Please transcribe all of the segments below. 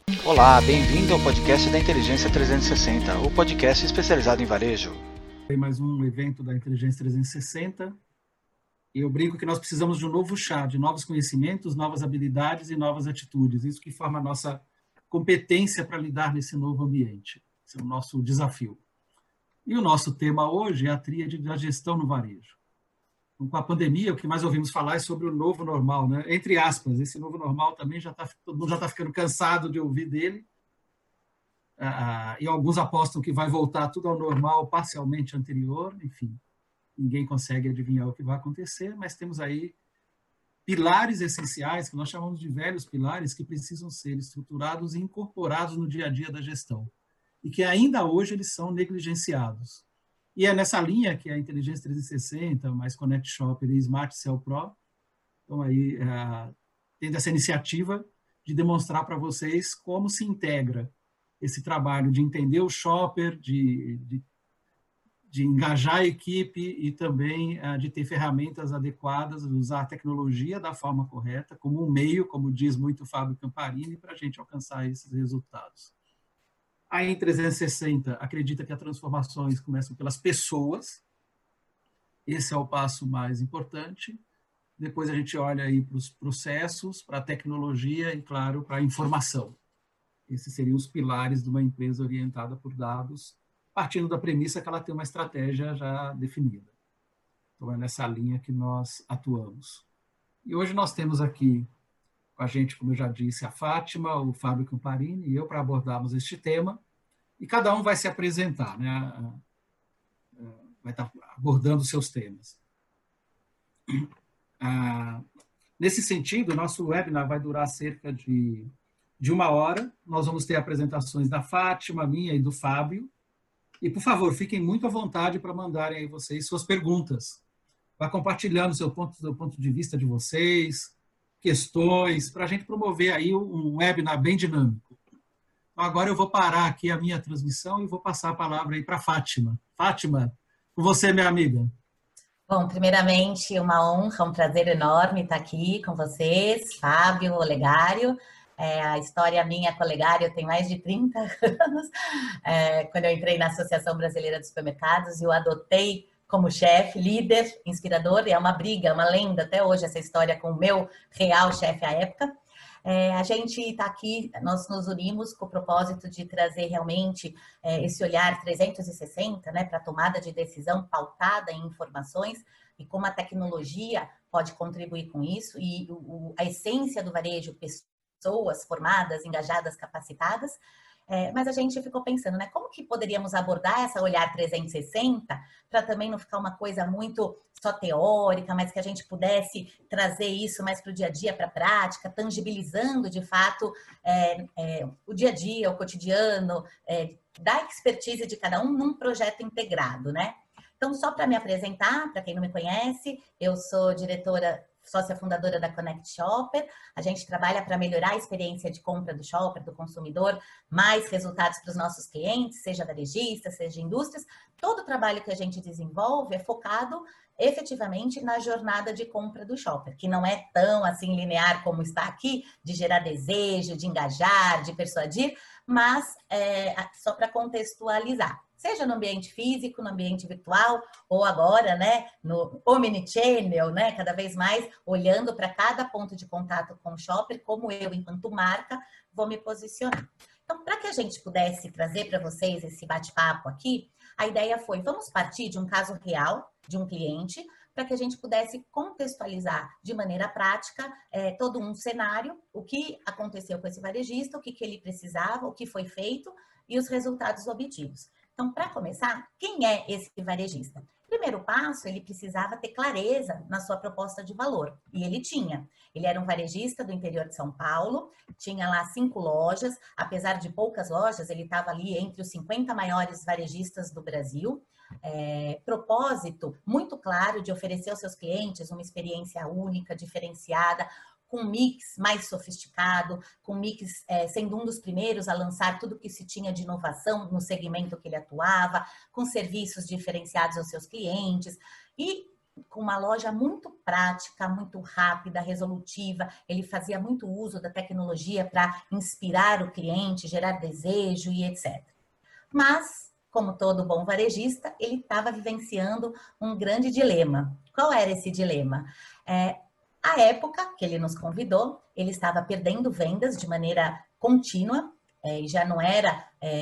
Olá, bem-vindo ao podcast da Inteligência 360, o podcast especializado em varejo. Tem mais um evento da Inteligência 360 e eu brinco que nós precisamos de um novo chá, de novos conhecimentos, novas habilidades e novas atitudes. Isso que forma a nossa competência para lidar nesse novo ambiente. Esse é o nosso desafio. E o nosso tema hoje é a tríade da gestão no varejo. Com a pandemia, o que mais ouvimos falar é sobre o novo normal, né? Entre aspas, esse novo normal também todo mundo já está ficando cansado de ouvir dele. E alguns apostam que vai voltar tudo ao normal parcialmente anterior, enfim, ninguém consegue adivinhar o que vai acontecer, mas temos aí pilares essenciais, que nós chamamos de velhos pilares, que precisam ser estruturados e incorporados no dia a dia da gestão, e que ainda hoje eles são negligenciados. E é nessa linha que a Inteligência 360, mais Connect Shopper e Smart Cell Pro estão aí tendo essa iniciativa de demonstrar para vocês como se integra esse trabalho de entender o shopper, de engajar a equipe e também de ter ferramentas adequadas, usar a tecnologia da forma correta, como um meio, como diz muito o Fábio Camparini, para a gente alcançar esses resultados. A Em360 acredita que as transformações começam pelas pessoas, esse é o passo mais importante. Depois a gente olha aí para os processos, para a tecnologia e, claro, para a informação. Esses seriam os pilares de uma empresa orientada por dados, partindo da premissa que ela tem uma estratégia já definida. Então, é nessa linha que nós atuamos. E hoje nós temos aqui com a gente, como eu já disse, a Fátima, o Fábio Camparini e eu para abordarmos este tema. E cada um vai se apresentar, né? Vai estar abordando seus temas. Nesse sentido, o nosso webinar vai durar cerca de 1 hora. Nós vamos ter apresentações da Fátima, minha e do Fábio. E, por favor, fiquem muito à vontade para mandarem aí vocês suas perguntas. Vá compartilhando o ponto de vista de vocês, questões, para a gente promover aí um webinar bem dinâmico. Então, agora eu vou parar aqui a minha transmissão e vou passar a palavra aí para a Fátima. Fátima, com você, minha amiga. Bom, primeiramente, uma honra, um prazer enorme estar aqui com vocês, Fábio, Olegário. A história minha com o Olegário tem mais de 30 anos. Quando eu entrei na Associação Brasileira de Supermercados, eu adotei como chefe, líder, inspirador, e é uma briga, uma lenda até hoje essa história com o meu real chefe à época. A gente está aqui, nós nos unimos com o propósito de trazer realmente esse olhar 360, né, para a tomada de decisão pautada em informações e como a tecnologia pode contribuir com isso e a essência do varejo, pessoas formadas, engajadas, capacitadas. Mas a gente ficou pensando, né, como que poderíamos abordar essa olhar 360 para também não ficar uma coisa muito só teórica, mas que a gente pudesse trazer isso mais para o dia a dia, para a prática, tangibilizando de fato o dia a dia, o cotidiano, da expertise de cada um num projeto integrado, né? Então, só para me apresentar, para quem não me conhece, eu sou diretora, sócia fundadora da Connect Shopper. A gente trabalha para melhorar a experiência de compra do shopper, do consumidor, mais resultados para os nossos clientes, seja varejistas, seja indústrias. Todo o trabalho que a gente desenvolve é focado efetivamente na jornada de compra do shopper, que não é tão assim linear como está aqui, de gerar desejo, de engajar, de persuadir, mas só para contextualizar. Seja no ambiente físico, no ambiente virtual, ou agora, né, no omnichannel, né, cada vez mais olhando para cada ponto de contato com o shopper, como eu, enquanto marca, vou me posicionar. Então, para que a gente pudesse trazer para vocês esse bate-papo aqui, a ideia foi, vamos partir de um caso real, de um cliente, para que a gente pudesse contextualizar de maneira prática todo um cenário, o que aconteceu com esse varejista, o que ele precisava, o que foi feito e os resultados obtidos. Então, para começar, quem é esse varejista? Primeiro passo, ele precisava ter clareza na sua proposta de valor. E ele tinha. Ele era um varejista do interior de São Paulo, tinha lá 5 lojas, apesar de poucas lojas, ele estava ali entre os 50 maiores varejistas do Brasil. Propósito muito claro de oferecer aos seus clientes uma experiência única, diferenciada, com mix mais sofisticado, com mix sendo um dos primeiros a lançar tudo que se tinha de inovação no segmento que ele atuava, com serviços diferenciados aos seus clientes. E com uma loja muito prática, muito rápida, resolutiva. Ele fazia muito uso da tecnologia para inspirar o cliente, gerar desejo e etc. Mas, como todo bom varejista, ele estava vivenciando um grande dilema. Qual era esse dilema? A época que ele nos convidou, ele estava perdendo vendas de maneira contínua, e já não era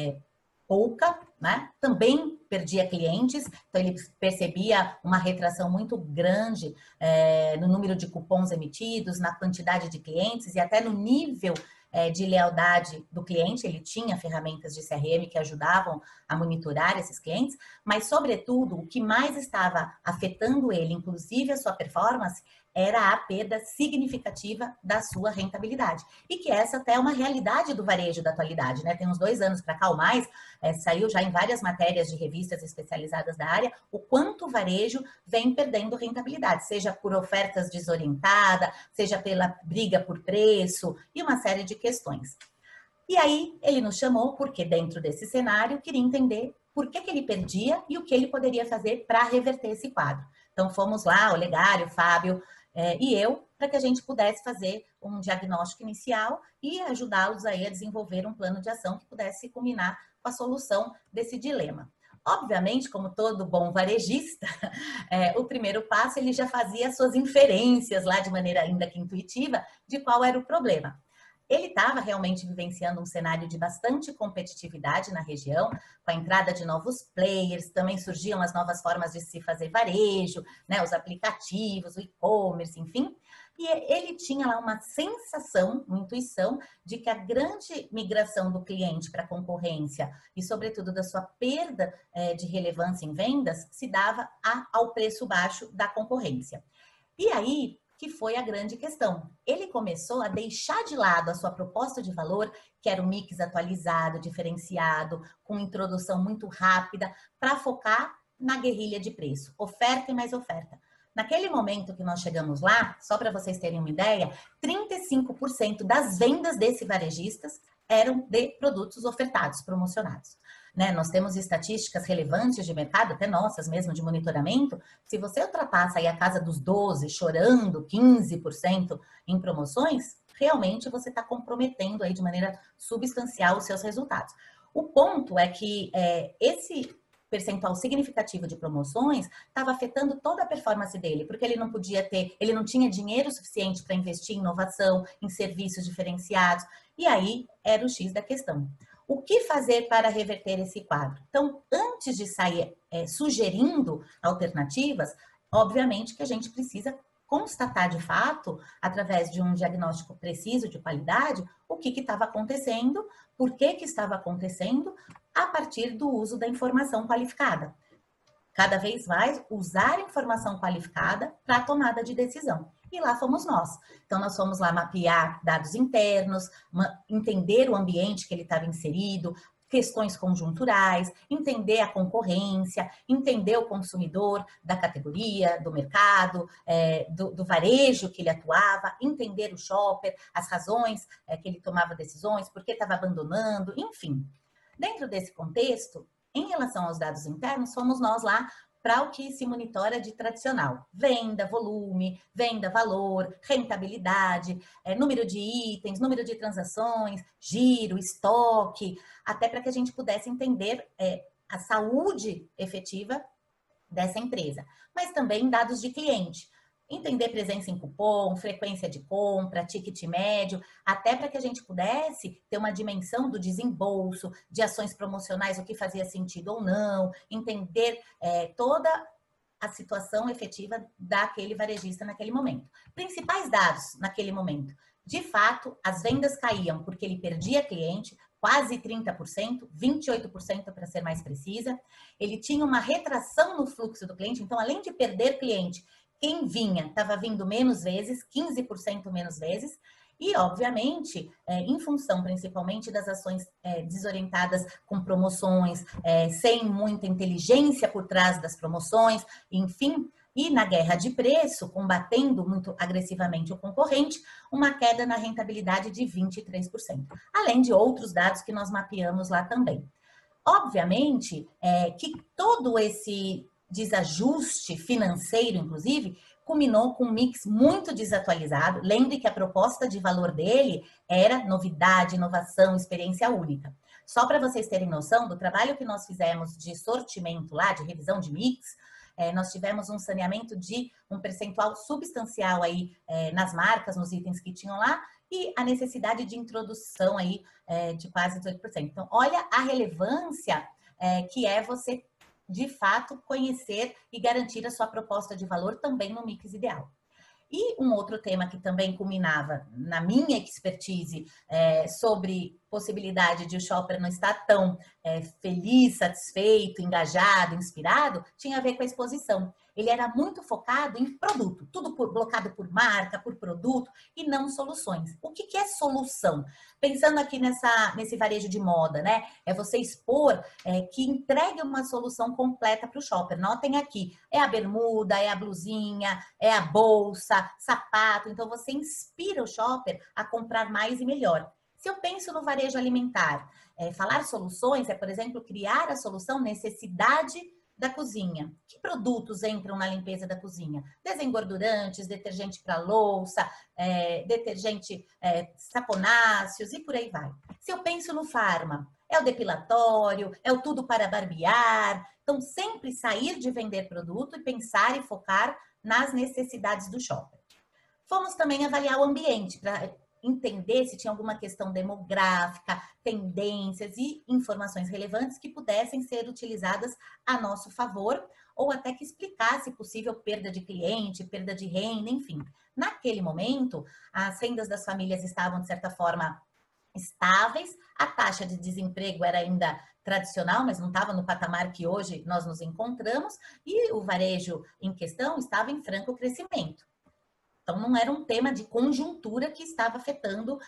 pouca, né? Também perdia clientes, então ele percebia uma retração muito grande no número de cupons emitidos, na quantidade de clientes e até no nível de lealdade do cliente. Ele tinha ferramentas de CRM que ajudavam a monitorar esses clientes, mas, sobretudo, o que mais estava afetando ele, inclusive a sua performance, era a perda significativa da sua rentabilidade. E que essa até é uma realidade do varejo da atualidade, né? Tem uns 2 anos para cá ou mais, saiu já em várias matérias de revistas especializadas da área, o quanto o varejo vem perdendo rentabilidade, seja por ofertas desorientadas, seja pela briga por preço e uma série de questões. E aí ele nos chamou porque dentro desse cenário queria entender por que ele perdia e o que ele poderia fazer para reverter esse quadro. Então fomos lá, o Legário, o Fábio e eu, para que a gente pudesse fazer um diagnóstico inicial e ajudá-los aí a desenvolver um plano de ação que pudesse culminar com a solução desse dilema. Obviamente, como todo bom varejista, o primeiro passo ele já fazia suas inferências lá de maneira ainda que intuitiva de qual era o problema. Ele estava realmente vivenciando um cenário de bastante competitividade na região, com a entrada de novos players, também surgiam as novas formas de se fazer varejo, né, os aplicativos, o e-commerce, enfim. E ele tinha lá uma sensação, uma intuição de que a grande migração do cliente para a concorrência e, sobretudo, da sua perda de relevância em vendas se dava ao preço baixo da concorrência. E aí que foi a grande questão. Ele começou a deixar de lado a sua proposta de valor, que era um mix atualizado, diferenciado, com introdução muito rápida, para focar na guerrilha de preço, oferta e mais oferta. Naquele momento que nós chegamos lá, só para vocês terem uma ideia, 35% das vendas desse varejistas eram de produtos ofertados, promocionados. Né? Nós temos estatísticas relevantes de mercado, até nossas mesmo, de monitoramento. Se você ultrapassa aí a casa dos 12%, chorando, 15% em promoções, realmente você está comprometendo aí de maneira substancial os seus resultados. O ponto é que esse percentual significativo de promoções estava afetando toda a performance dele, porque ele não podia ele não tinha dinheiro suficiente para investir em inovação, em serviços diferenciados, e aí era o X da questão. O que fazer para reverter esse quadro? Então, antes de sair sugerindo alternativas, obviamente que a gente precisa constatar de fato, através de um diagnóstico preciso de qualidade, o que estava acontecendo, por que estava acontecendo, a partir do uso da informação qualificada. Cada vez mais usar informação qualificada para a tomada de decisão. E lá fomos nós. Então, nós fomos lá mapear dados internos, entender o ambiente que ele estava inserido, questões conjunturais, entender a concorrência, entender o consumidor da categoria, do mercado, do varejo que ele atuava, entender o shopper, as razões que ele tomava decisões, por que estava abandonando, enfim. Dentro desse contexto, em relação aos dados internos, fomos nós lá para o que se monitora de tradicional. Venda, volume, venda, valor, rentabilidade, número de itens, número de transações, giro, estoque, até para que a gente pudesse entender a saúde efetiva dessa empresa. Mas também dados de cliente. Entender presença em cupom, frequência de compra, ticket médio, até para que a gente pudesse ter uma dimensão do desembolso, de ações promocionais, o que fazia sentido ou não, entender toda a situação efetiva daquele varejista naquele momento. Principais dados naquele momento. De fato, as vendas caíam porque ele perdia cliente, quase 30%, 28% para ser mais precisa. Ele tinha uma retração no fluxo do cliente, então além de perder cliente, quem vinha estava vindo menos vezes, 15% menos vezes, e, obviamente, em função principalmente das ações desorientadas com promoções, sem muita inteligência por trás das promoções, enfim, e na guerra de preço, combatendo muito agressivamente o concorrente, uma queda na rentabilidade de 23%, além de outros dados que nós mapeamos lá também. Obviamente que todo esse desajuste financeiro, inclusive, culminou com um mix muito desatualizado. Lembre que a proposta de valor dele era novidade, inovação, experiência única. Só para vocês terem noção do trabalho que nós fizemos de sortimento lá, de revisão de mix, nós tivemos um saneamento de um percentual substancial aí nas marcas, nos itens que tinham lá, e a necessidade de introdução aí de quase 18%. Então, olha a relevância que é você, de fato, conhecer e garantir a sua proposta de valor também no mix ideal. E um outro tema que também culminava na minha expertise sobre possibilidade de o shopper não estar tão feliz, satisfeito, engajado, inspirado, tinha a ver com a exposição. Ele era muito focado em produto, tudo blocado por marca, por produto e não soluções. O que é solução? Pensando aqui nesse varejo de moda, né? É você expor que entregue uma solução completa para o shopper. Notem aqui, é a bermuda, é a blusinha, é a bolsa, sapato. Então, você inspira o shopper a comprar mais e melhor. Se eu penso no varejo alimentar, falar soluções é, por exemplo, criar a solução necessidade da cozinha. Que produtos entram na limpeza da cozinha? Desengordurantes, detergente para louça, detergente, saponáceos e por aí vai. Se eu penso no farma, é o depilatório, é o tudo para barbear. Então, sempre sair de vender produto e pensar e focar nas necessidades do shopper. Fomos também avaliar o ambiente para entender se tinha alguma questão demográfica, tendências e informações relevantes que pudessem ser utilizadas a nosso favor ou até que explicasse possível perda de cliente, perda de renda, enfim. Naquele momento, as rendas das famílias estavam, de certa forma, estáveis, a taxa de desemprego era ainda tradicional, mas não estava no patamar que hoje nós nos encontramos, e o varejo em questão estava em franco crescimento. Então, não era um tema de conjuntura que estava afetando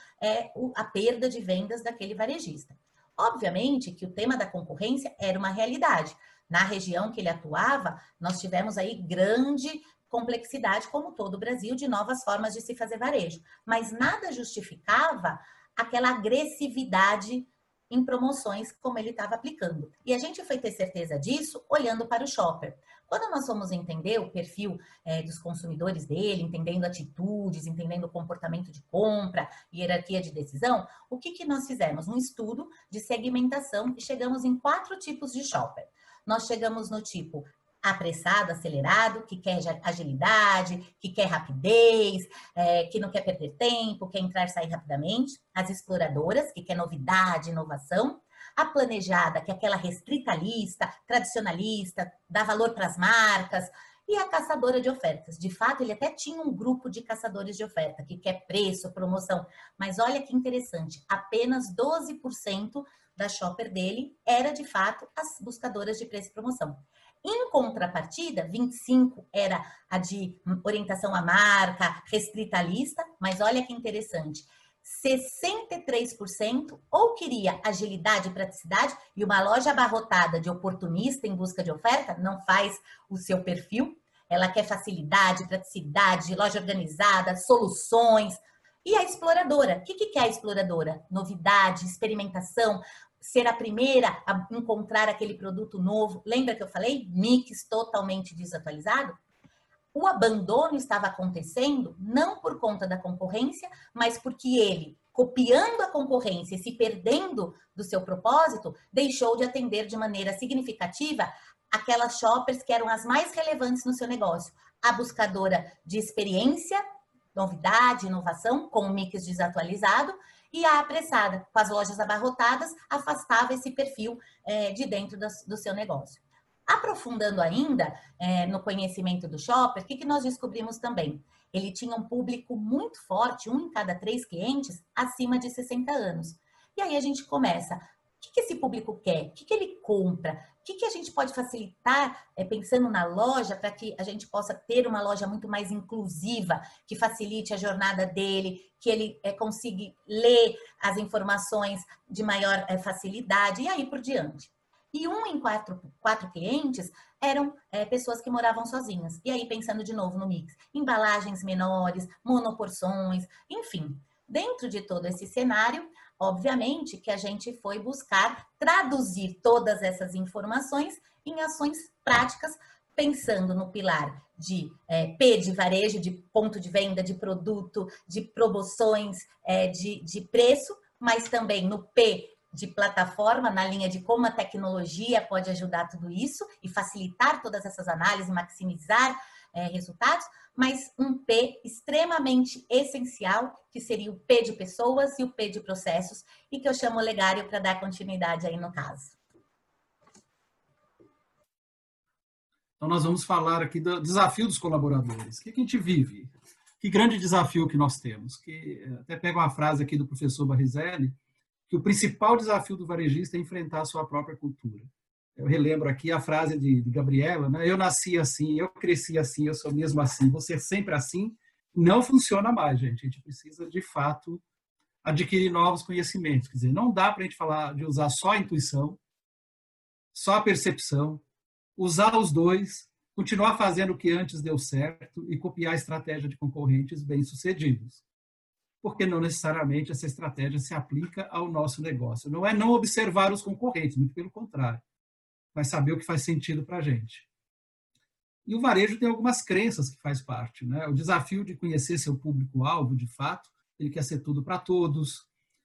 a perda de vendas daquele varejista. Obviamente que o tema da concorrência era uma realidade. Na região que ele atuava, nós tivemos aí grande complexidade, como todo o Brasil, de novas formas de se fazer varejo. Mas nada justificava aquela agressividade em promoções como ele estava aplicando. E a gente foi ter certeza disso olhando para o shopper. Quando nós fomos entender o perfil dos consumidores dele, entendendo atitudes, entendendo o comportamento de compra, hierarquia de decisão, o que nós fizemos? Um estudo de segmentação e chegamos em 4 tipos de shopper. Nós chegamos no tipo apressado, acelerado, que quer agilidade, que quer rapidez, que não quer perder tempo, quer entrar e sair rapidamente. As exploradoras, que quer novidade, inovação. A planejada, que é aquela restritalista, tradicionalista, dá valor para as marcas. E a caçadora de ofertas. De fato, ele até tinha um grupo de caçadores de oferta, que quer preço, promoção. Mas olha que interessante, apenas 12% da shopper dele era, de fato, as buscadoras de preço e promoção. Em contrapartida, 25% era a de orientação à marca, restritalista, mas olha que interessante, 63% ou queria agilidade e praticidade, e uma loja abarrotada de oportunista em busca de oferta não faz o seu perfil, ela quer facilidade, praticidade, loja organizada, soluções. E a exploradora, o que é a exploradora? Novidade, experimentação, ser a primeira a encontrar aquele produto novo. Lembra que eu falei? Mix totalmente desatualizado? O abandono estava acontecendo não por conta da concorrência, mas porque ele, copiando a concorrência e se perdendo do seu propósito, deixou de atender de maneira significativa aquelas shoppers que eram as mais relevantes no seu negócio. A buscadora de experiência, novidade, inovação, com o mix desatualizado, e a apressada, com as lojas abarrotadas, afastava esse perfil de dentro do seu negócio. Aprofundando ainda no conhecimento do shopper, o que nós descobrimos também? Ele tinha um público muito forte, 1 em cada 3 clientes, acima de 60 anos. E aí a gente começa, o que esse público quer? O que ele compra? O que a gente pode facilitar, pensando na loja, para que a gente possa ter uma loja muito mais inclusiva, que facilite a jornada dele, que ele consiga ler as informações de maior facilidade, e aí por diante. E 1 em 4 clientes eram pessoas que moravam sozinhas. E aí, pensando de novo no mix, embalagens menores, monoporções, enfim. Dentro de todo esse cenário, obviamente que a gente foi buscar traduzir todas essas informações em ações práticas pensando no pilar de P de varejo, de ponto de venda, de produto, de promoções, de preço, mas também no P de plataforma, na linha de como a tecnologia pode ajudar tudo isso e facilitar todas essas análises, maximizar resultados, mas um P extremamente essencial, que seria o P de pessoas e o P de processos, e que eu chamo o Olegário para dar continuidade aí no caso. Então, nós vamos falar aqui do desafio dos colaboradores. O que a gente vive? Que grande desafio que nós temos? Que, até pego uma frase aqui do professor Barrizelli, que o principal desafio do varejista é enfrentar a sua própria cultura. Eu relembro aqui a frase de Gabriela, né? Eu nasci assim, eu cresci assim, eu sou mesmo assim, você é sempre assim. Não funciona mais, gente. A gente precisa, de fato, adquirir novos conhecimentos. Quer dizer, não dá para a gente falar de usar só a intuição, só a percepção, usar os dois, continuar fazendo o que antes deu certo e copiar a estratégia de concorrentes bem-sucedidos. Porque não necessariamente essa estratégia se aplica ao nosso negócio. Não é não observar os concorrentes, muito pelo contrário. Vai saber o que faz sentido para a gente. E o varejo tem algumas crenças que faz parte, né? O desafio de conhecer seu público-alvo, de fato, ele quer ser tudo para todos.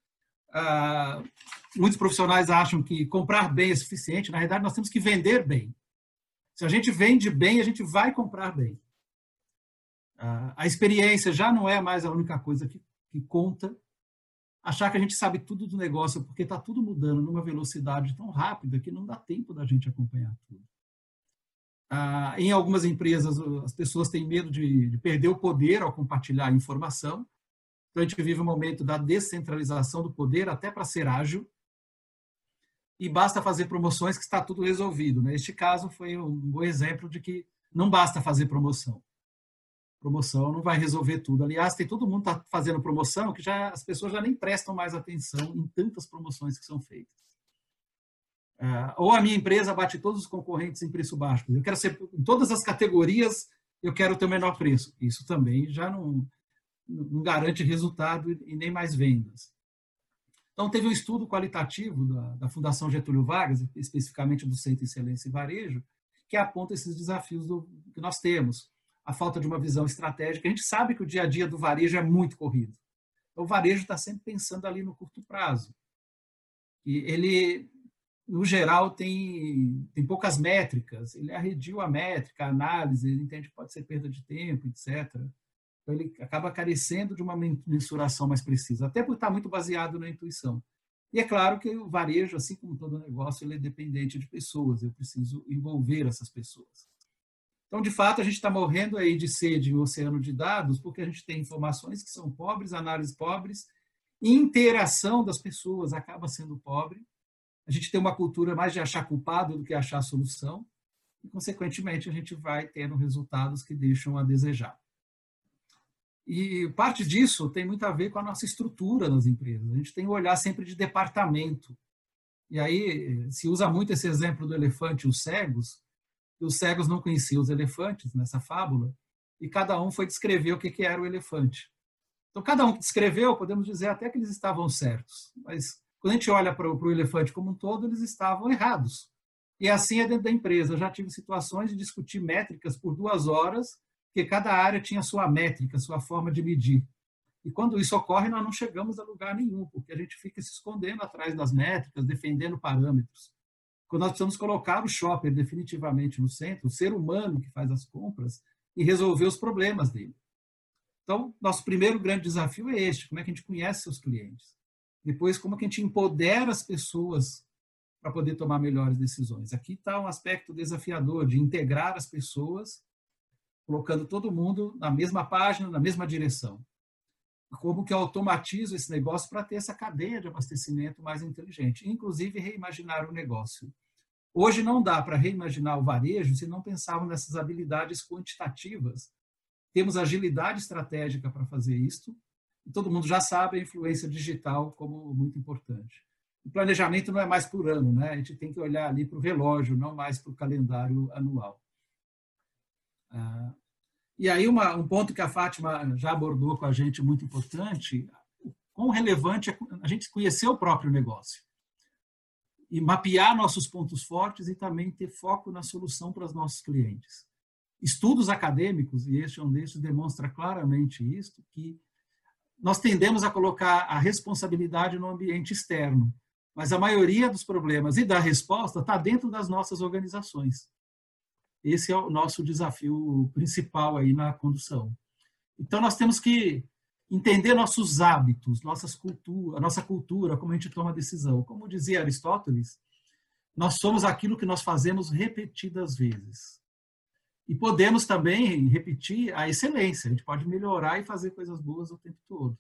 Muitos profissionais acham que comprar bem é suficiente. Na realidade, nós temos que vender bem. Se a gente vende bem, a gente vai comprar bem. A experiência já não é mais a única coisa que conta. Achar que a gente sabe tudo do negócio, porque está tudo mudando numa velocidade tão rápida que não dá tempo da gente acompanhar tudo. Em algumas empresas, as pessoas têm medo de perder o poder ao compartilhar a informação. Então, a gente vive um momento da descentralização do poder até para ser ágil. E basta fazer promoções que está tudo resolvido. Neste caso, foi um bom exemplo de que não basta fazer promoção. Promoção não vai resolver tudo. Aliás, todo mundo está fazendo promoção que as pessoas já nem prestam mais atenção em tantas promoções que são feitas. Ou a minha empresa bate todos os concorrentes em preço baixo. Eu quero ser, em todas as categorias, eu quero ter o menor preço. Isso também já não garante resultado e nem mais vendas. Então, teve um estudo qualitativo da Fundação Getúlio Vargas, especificamente do Centro de Excelência e Varejo, que aponta esses desafios que nós temos. A falta de uma visão estratégica. A gente sabe que o dia a dia do varejo é muito corrido. Então, o varejo está sempre pensando ali no curto prazo. E ele, no geral, tem poucas métricas. Ele arredia a métrica, a análise, ele entende que pode ser perda de tempo, etc. Então, ele acaba carecendo de uma mensuração mais precisa, até por estar muito baseado na intuição. E é claro que o varejo, assim como todo negócio, ele é dependente de pessoas, eu preciso envolver essas pessoas. Então, de fato, a gente está morrendo aí de sede em um oceano de dados, porque a gente tem informações que são pobres, análises pobres, e interação das pessoas acaba sendo pobre. A gente tem uma cultura mais de achar culpado do que achar solução, e, consequentemente, a gente vai tendo resultados que deixam a desejar. E parte disso tem muito a ver com a nossa estrutura nas empresas. A gente tem que olhar sempre de departamento. E aí se usa muito esse exemplo do elefante e os cegos não conheciam os elefantes nessa fábula, e cada um foi descrever o que era o elefante. Então, cada um que descreveu, podemos dizer até que eles estavam certos, mas quando a gente olha para o elefante como um todo, eles estavam errados. E assim é dentro da empresa. Eu já tive situações de discutir métricas por 2 horas, porque cada área tinha sua métrica, sua forma de medir. E quando isso ocorre, nós não chegamos a lugar nenhum, porque a gente fica se escondendo atrás das métricas, defendendo parâmetros. Quando nós precisamos colocar o shopper definitivamente no centro, o ser humano que faz as compras, e resolver os problemas dele. Então, nosso primeiro grande desafio é este: como é que a gente conhece seus clientes? Depois, como é que a gente empodera as pessoas para poder tomar melhores decisões? Aqui está um aspecto desafiador de integrar as pessoas, colocando todo mundo na mesma página, na mesma direção. Como que eu automatizo esse negócio para ter essa cadeia de abastecimento mais inteligente, inclusive reimaginar o negócio. Hoje não dá para reimaginar o varejo se não pensarmos nessas habilidades quantitativas. Temos agilidade estratégica para fazer isso, e todo mundo já sabe a influência digital como muito importante. O planejamento não é mais por ano, né? A gente tem que olhar ali para o relógio, não mais para o calendário anual. E aí um ponto que a Fátima já abordou com a gente muito importante: quão relevante é a gente conhecer o próprio negócio. e mapear nossos pontos fortes e também ter foco na solução para os nossos clientes. Estudos acadêmicos, e este é um desses, demonstra claramente isso, que nós tendemos a colocar a responsabilidade no ambiente externo, mas a maioria dos problemas e da resposta está dentro das nossas organizações. Esse é o nosso desafio principal aí na condução. Então, nós temos que entender nossos hábitos, a nossa cultura, como a gente toma decisão. Como dizia Aristóteles, nós somos aquilo que nós fazemos repetidas vezes. E podemos também repetir a excelência. A gente pode melhorar e fazer coisas boas o tempo todo.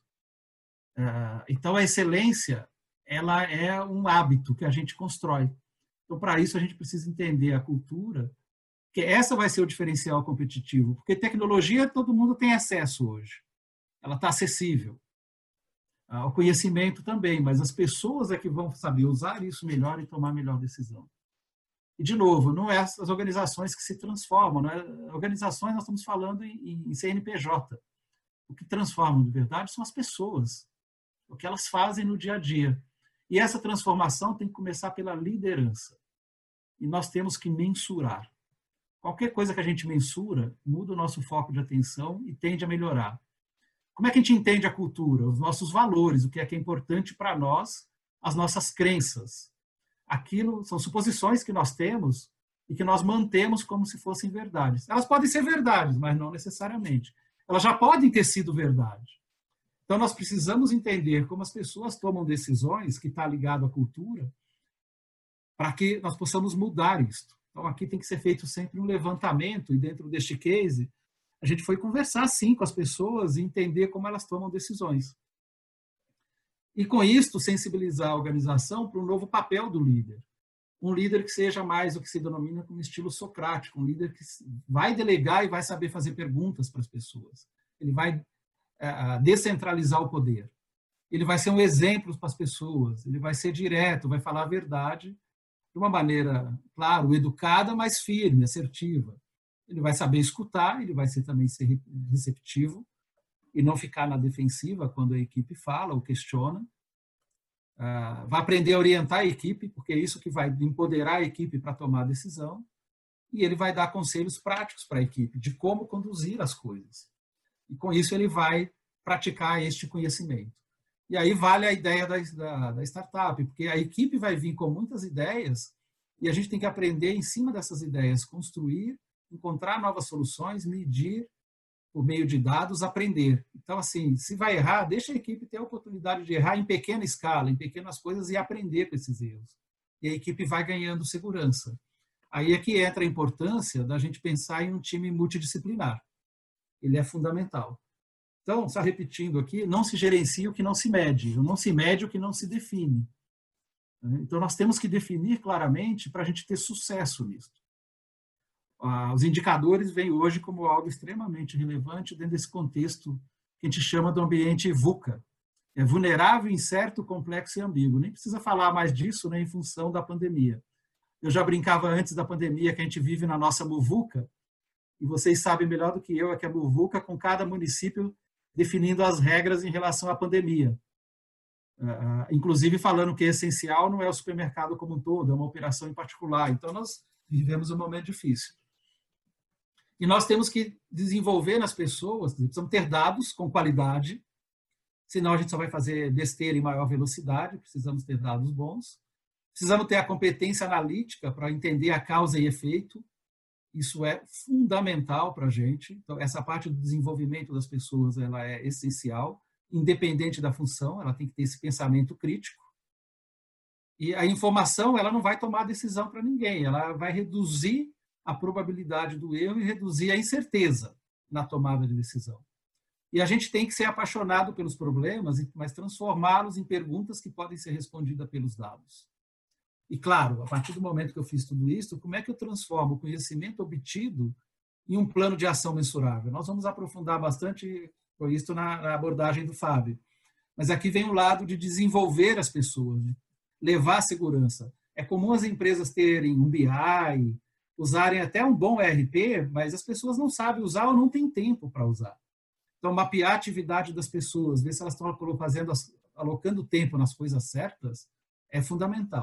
Então, a excelência, ela é um hábito que a gente constrói. Então, para isso, a gente precisa entender a cultura, que essa vai ser o diferencial competitivo. Porque tecnologia, todo mundo tem acesso hoje. Ela está acessível. O conhecimento também, mas as pessoas é que vão saber usar isso melhor e tomar a melhor decisão. E, de novo, não é as organizações que se transformam. Não é? Organizações, nós estamos falando em CNPJ. O que transformam, de verdade, são as pessoas. O que elas fazem no dia a dia. E essa transformação tem que começar pela liderança. E nós temos que mensurar. Qualquer coisa que a gente mensura, muda o nosso foco de atenção e tende a melhorar. Como é que a gente entende a cultura? Os nossos valores, o que é importante para nós, as nossas crenças. Aquilo são suposições que nós temos e que nós mantemos como se fossem verdades. Elas podem ser verdades, mas não necessariamente. Elas já podem ter sido verdade. Então, nós precisamos entender como as pessoas tomam decisões, que está ligado à cultura, para que nós possamos mudar isto. Então, aqui tem que ser feito sempre um levantamento, e dentro deste case, a gente foi conversar, sim, com as pessoas e entender como elas tomam decisões. E, com isto, sensibilizar a organização para um novo papel do líder. Um líder que seja mais o que se denomina como estilo socrático, um líder que vai delegar e vai saber fazer perguntas para as pessoas. Ele vai descentralizar o poder. Ele vai ser um exemplo para as pessoas, ele vai ser direto, vai falar a verdade de uma maneira, claro, educada, mas firme, assertiva. Ele vai saber escutar, ele vai também ser receptivo e não ficar na defensiva quando a equipe fala ou questiona. Vai aprender a orientar a equipe, porque é isso que vai empoderar a equipe para tomar a decisão. E ele vai dar conselhos práticos para a equipe de como conduzir as coisas. E com isso ele vai praticar este conhecimento. E aí vale a ideia da startup, porque a equipe vai vir com muitas ideias e a gente tem que aprender em cima dessas ideias, construir, encontrar novas soluções, medir por meio de dados, aprender. Então, assim, se vai errar, deixa a equipe ter a oportunidade de errar em pequena escala, em pequenas coisas e aprender com esses erros. E a equipe vai ganhando segurança. Aí é que entra a importância da gente pensar em um time multidisciplinar. Ele é fundamental. Então, só repetindo aqui, não se gerencia o que não se mede, não se mede o que não se define. Então, nós temos que definir claramente para a gente ter sucesso nisso. Os indicadores vêm hoje como algo extremamente relevante dentro desse contexto que a gente chama do ambiente VUCA. É vulnerável, incerto, complexo e ambíguo. Nem precisa falar mais disso, né, em função da pandemia. Eu já brincava antes da pandemia que a gente vive na nossa muvuca, e vocês sabem melhor do que eu, é que a muvuca com cada município definindo as regras em relação à pandemia. Inclusive falando que essencial não é o supermercado como um todo, é uma operação em particular. Então, nós vivemos um momento difícil. E nós temos que desenvolver nas pessoas, precisamos ter dados com qualidade, senão a gente só vai fazer besteira em maior velocidade, precisamos ter dados bons. Precisamos ter a competência analítica para entender a causa e efeito. Isso é fundamental para a gente. Então, essa parte do desenvolvimento das pessoas ela é essencial, independente da função, ela tem que ter esse pensamento crítico. E a informação ela não vai tomar decisão para ninguém, ela vai reduzir a probabilidade do erro e reduzir a incerteza na tomada de decisão. E a gente tem que ser apaixonado pelos problemas, mas transformá-los em perguntas que podem ser respondidas pelos dados. E, claro, a partir do momento que eu fiz tudo isso, como é que eu transformo o conhecimento obtido em um plano de ação mensurável? Nós vamos aprofundar bastante com isso na abordagem do Fábio. Mas aqui vem o lado de desenvolver as pessoas, né? Levar segurança. É comum as empresas terem um BI, usarem até um bom ERP, mas as pessoas não sabem usar ou não têm tempo para usar. Então, mapear a atividade das pessoas, ver se elas estão alocando tempo nas coisas certas, é fundamental.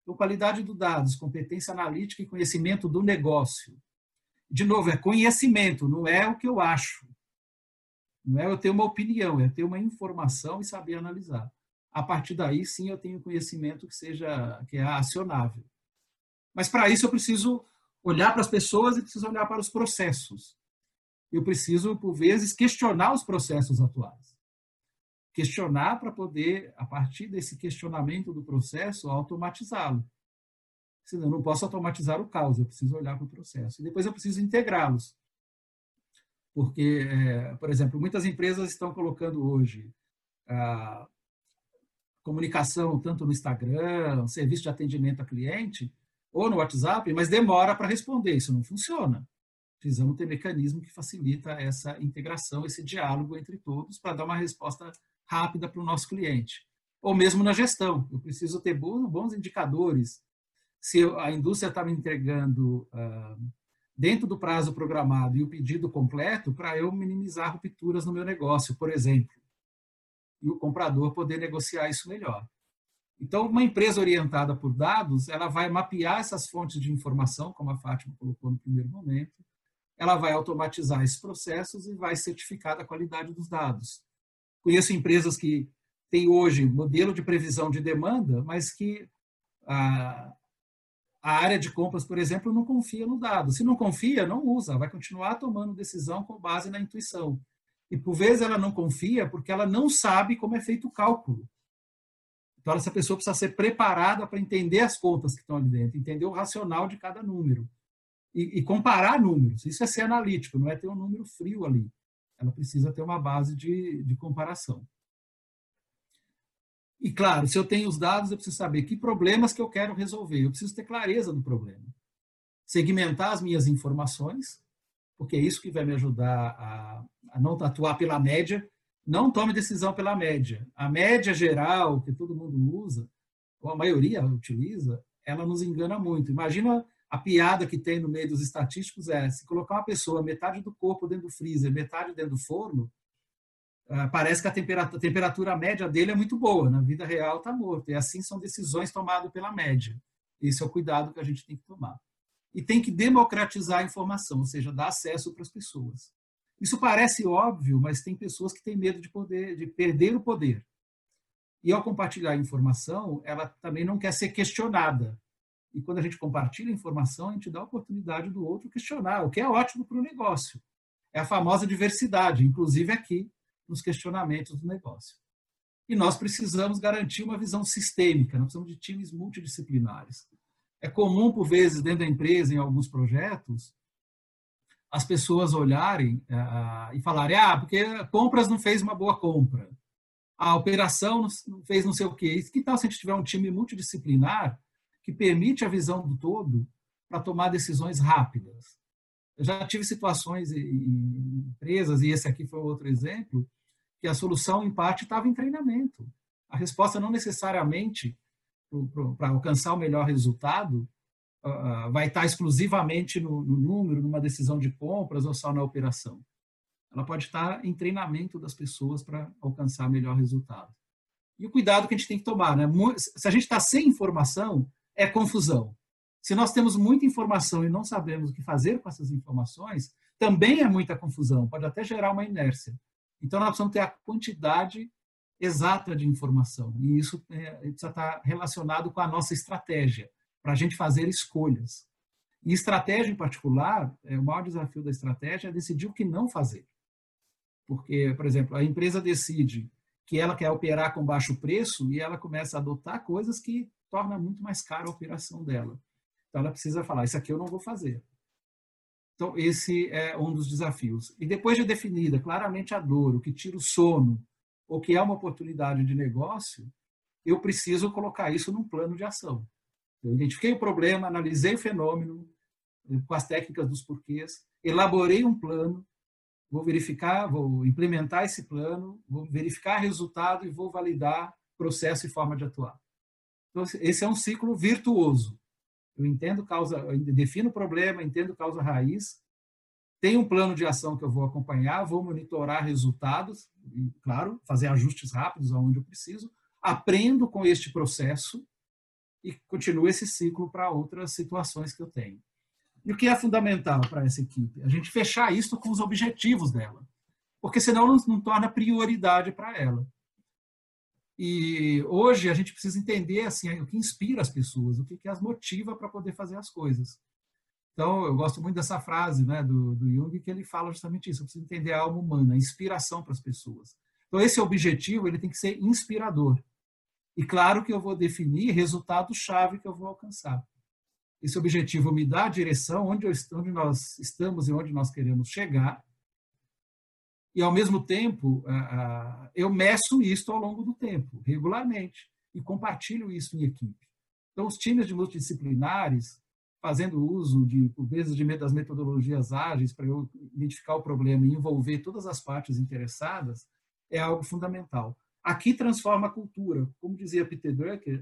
Então, qualidade dos dados, competência analítica e conhecimento do negócio. De novo, é conhecimento, não é o que eu acho. Não é eu ter uma opinião, é ter uma informação e saber analisar. A partir daí, sim, eu tenho conhecimento que é acionável. Mas, para isso, eu preciso olhar para as pessoas e preciso olhar para os processos. Eu preciso, por vezes, questionar os processos atuais. Questionar para poder, a partir desse questionamento do processo, automatizá-lo. Senão, eu não posso automatizar o caos, eu preciso olhar para o processo. E depois eu preciso integrá-los. Porque, por exemplo, muitas empresas estão colocando hoje a comunicação tanto no Instagram, serviço de atendimento a cliente, ou no WhatsApp, mas demora para responder. Isso não funciona. Precisamos ter mecanismo que facilita essa integração, esse diálogo entre todos para dar uma resposta rápida para o nosso cliente. Ou mesmo na gestão. Eu preciso ter bons indicadores. Se a indústria está me entregando dentro do prazo programado e o pedido completo, para eu minimizar rupturas no meu negócio, por exemplo. E o comprador poder negociar isso melhor. Então, uma empresa orientada por dados, ela vai mapear essas fontes de informação, como a Fátima colocou no primeiro momento, ela vai automatizar esses processos e vai certificar a qualidade dos dados. Conheço empresas que têm hoje modelo de previsão de demanda, mas que a área de compras, por exemplo, não confia no dado. Se não confia, não usa, vai continuar tomando decisão com base na intuição. E, por vezes, ela não confia porque ela não sabe como é feito o cálculo. Então, essa pessoa precisa ser preparada para entender as contas que estão ali dentro, entender o racional de cada número e comparar números. Isso é ser analítico, não é ter um número frio ali. Ela precisa ter uma base de comparação. E, claro, se eu tenho os dados, eu preciso saber que problemas que eu quero resolver. Eu preciso ter clareza do problema. Segmentar as minhas informações, porque é isso que vai me ajudar a não atuar pela média. Não tome decisão pela média. A média geral, que todo mundo usa, ou a maioria utiliza, ela nos engana muito. Imagina a piada que tem no meio dos estatísticos se colocar uma pessoa, metade do corpo dentro do freezer, metade dentro do forno, parece que a temperatura média dele é muito boa. Na vida real está morto. E assim são decisões tomadas pela média. Esse é o cuidado que a gente tem que tomar. E tem que democratizar a informação, ou seja, dar acesso para as pessoas. Isso parece óbvio, mas tem pessoas que têm medo de perder o poder. E ao compartilhar a informação, ela também não quer ser questionada. E quando a gente compartilha a informação, a gente dá a oportunidade do outro questionar, o que é ótimo para o negócio. É a famosa diversidade, inclusive aqui nos questionamentos do negócio. E nós precisamos garantir uma visão sistêmica, nós precisamos de times multidisciplinares. É comum, por vezes, dentro da empresa, em alguns projetos, as pessoas olharem e falarem, porque compras não fez uma boa compra, a operação não fez não sei o quê. Que tal se a gente tiver um time multidisciplinar que permite a visão do todo para tomar decisões rápidas? Eu já tive situações em empresas, e esse aqui foi outro exemplo, que a solução, em parte, estava em treinamento. A resposta não necessariamente, para alcançar o melhor resultado, vai estar exclusivamente no número, numa decisão de compras ou só na operação. Ela pode estar em treinamento das pessoas para alcançar melhor resultado. E o cuidado que a gente tem que tomar, né? Se a gente está sem informação, é confusão. Se nós temos muita informação e não sabemos o que fazer com essas informações, também é muita confusão, pode até gerar uma inércia. Então, nós precisamos ter a quantidade exata de informação. E isso precisa estar relacionado com a nossa estratégia, para a gente fazer escolhas. E estratégia, em particular, o maior desafio da estratégia é decidir o que não fazer. Porque, por exemplo, a empresa decide que ela quer operar com baixo preço e ela começa a adotar coisas que tornam muito mais cara a operação dela. Então, ela precisa falar, isso aqui eu não vou fazer. Então, esse é um dos desafios. E depois de definida claramente a dor, o que tira o sono, ou que é uma oportunidade de negócio, eu preciso colocar isso num plano de ação. Eu identifiquei o problema, analisei o fenômeno com as técnicas dos porquês, elaborei um plano, vou verificar, vou implementar esse plano, vou verificar resultado e vou validar processo e forma de atuar. Então, esse é um ciclo virtuoso. Eu entendo causa, eu defino o problema, entendo causa raiz, tenho um plano de ação que eu vou acompanhar, vou monitorar resultados, e, claro, fazer ajustes rápidos aonde eu preciso, aprendo com este processo e continuo esse ciclo para outras situações que eu tenho. E o que é fundamental para essa equipe? A gente fechar isso com os objetivos dela, porque senão não torna prioridade para ela. E hoje a gente precisa entender assim, o que inspira as pessoas, o que as motiva para poder fazer as coisas. Então, eu gosto muito dessa frase, né, do Jung, que ele fala justamente isso, eu preciso entender a alma humana, a inspiração para as pessoas. Então, esse objetivo ele tem que ser inspirador. E claro que eu vou definir resultado-chave que eu vou alcançar. Esse objetivo me dá a direção onde nós estamos e onde nós queremos chegar. E, ao mesmo tempo, eu meço isso ao longo do tempo, regularmente, e compartilho isso em equipe. Então, os times de multidisciplinares, fazendo uso, por vezes, das metodologias ágeis para eu identificar o problema e envolver todas as partes interessadas, é algo fundamental. Aqui transforma a cultura. Como dizia Peter Drucker,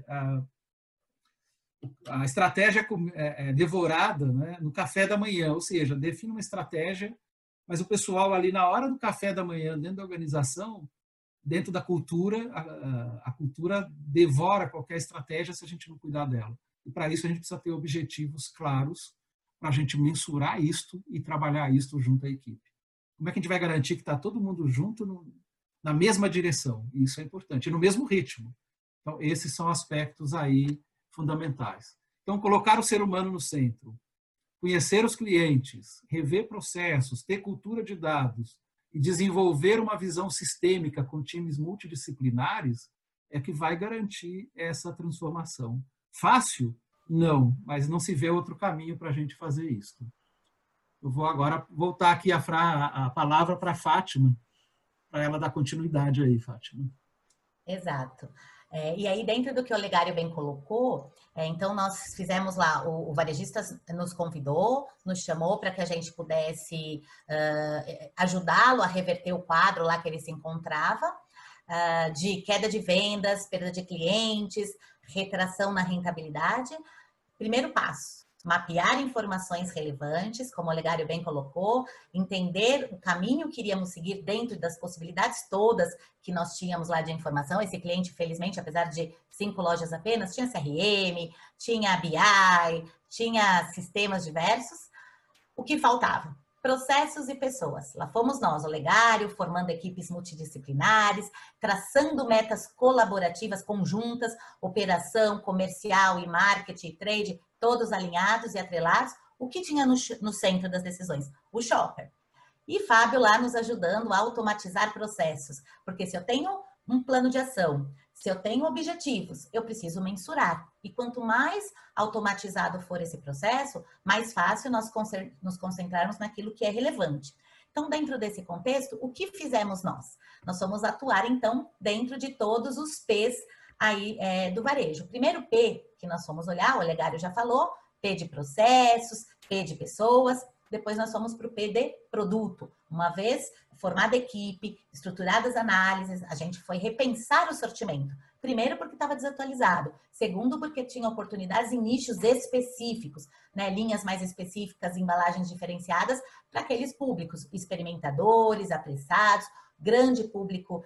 a estratégia é devorada, né, no café da manhã, ou seja, define uma estratégia, mas o pessoal ali na hora do café da manhã, dentro da organização, dentro da cultura, a cultura devora qualquer estratégia se a gente não cuidar dela. E para isso a gente precisa ter objetivos claros para a gente mensurar isto e trabalhar isto junto à equipe. Como é que a gente vai garantir que está todo mundo junto na mesma direção? Isso é importante, e no mesmo ritmo. Então, esses são aspectos aí fundamentais. Então, colocar o ser humano no centro, conhecer os clientes, rever processos, ter cultura de dados e desenvolver uma visão sistêmica com times multidisciplinares é que vai garantir essa transformação. Fácil? Não, mas não se vê outro caminho para a gente fazer isso. Eu vou agora voltar aqui a palavra para a Fátima, para ela dar continuidade aí, Fátima. Exato. E aí, dentro do que o Olegário bem colocou, então nós fizemos lá, o varejista nos convidou, nos chamou para que a gente pudesse ajudá-lo a reverter o quadro lá que ele se encontrava, de queda de vendas, perda de clientes, retração na rentabilidade. Primeiro passo, mapear informações relevantes, como o Olegário bem colocou, entender o caminho que iríamos seguir dentro das possibilidades todas que nós tínhamos lá de informação. Esse cliente, felizmente, apesar de 5 lojas apenas, tinha CRM, tinha BI, tinha sistemas diversos. O que faltava? Processos e pessoas. Lá fomos nós, o Olegário, formando equipes multidisciplinares, traçando metas colaborativas conjuntas, operação, comercial e marketing, trade, todos alinhados e atrelados. O que tinha no centro das decisões? O shopper. E Fábio lá nos ajudando a automatizar processos, porque se eu tenho um plano de ação, se eu tenho objetivos, eu preciso mensurar. E quanto mais automatizado for esse processo, mais fácil nós nos concentrarmos naquilo que é relevante. Então, dentro desse contexto, o que fizemos nós? Nós fomos atuar, então, dentro de todos os P's aí do varejo. O primeiro P que nós fomos olhar, o Olegário já falou, P de processos, P de pessoas. Depois nós fomos para o P de produto. Uma vez formada a equipe, estruturadas análises, a gente foi repensar o sortimento. Primeiro, porque estava desatualizado. Segundo, porque tinha oportunidades em nichos específicos, né? Linhas mais específicas, embalagens diferenciadas para aqueles públicos, experimentadores, apressados, grande público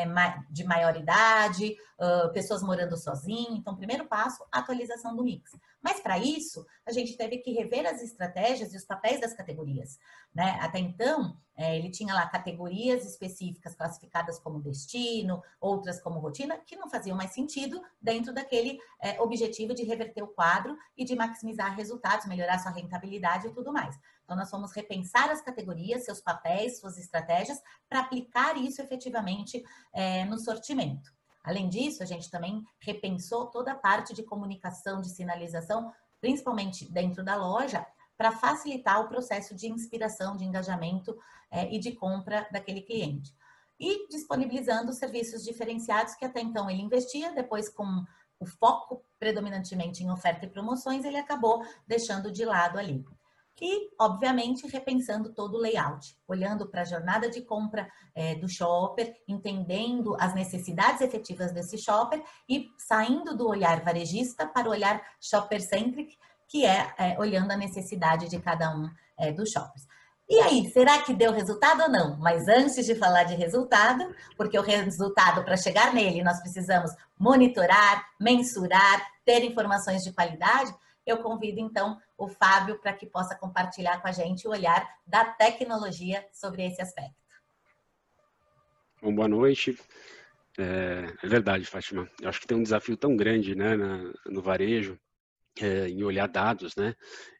de maior idade, pessoas morando sozinhas. Então, primeiro passo, atualização do mix. Mas, para isso, a gente teve que rever as estratégias e os papéis das categorias, né? Até então, ele tinha lá categorias específicas classificadas como destino, outras como rotina, que não faziam mais sentido dentro daquele objetivo de reverter o quadro e de maximizar resultados, melhorar sua rentabilidade e tudo mais. Então, nós fomos repensar as categorias, seus papéis, suas estratégias, para aplicar isso efetivamente no sortimento. Além disso, a gente também repensou toda a parte de comunicação, de sinalização, principalmente dentro da loja, para facilitar o processo de inspiração, de engajamento e de compra daquele cliente. E disponibilizando serviços diferenciados que até então ele investia, depois com o foco predominantemente em oferta e promoções, ele acabou deixando de lado ali. E, obviamente, repensando todo o layout, olhando para a jornada de compra do shopper, entendendo as necessidades efetivas desse shopper e saindo do olhar varejista para o olhar shopper-centric, que é olhando a necessidade de cada um dos shoppers. E aí, será que deu resultado ou não? Mas antes de falar de resultado, porque o resultado, para chegar nele, nós precisamos monitorar, mensurar, ter informações de qualidade, eu convido então o Fábio para que possa compartilhar com a gente o olhar da tecnologia sobre esse aspecto. Bom, boa noite. É verdade, Fátima. Eu acho que tem um desafio tão grande, né, no varejo, em olhar dados, né?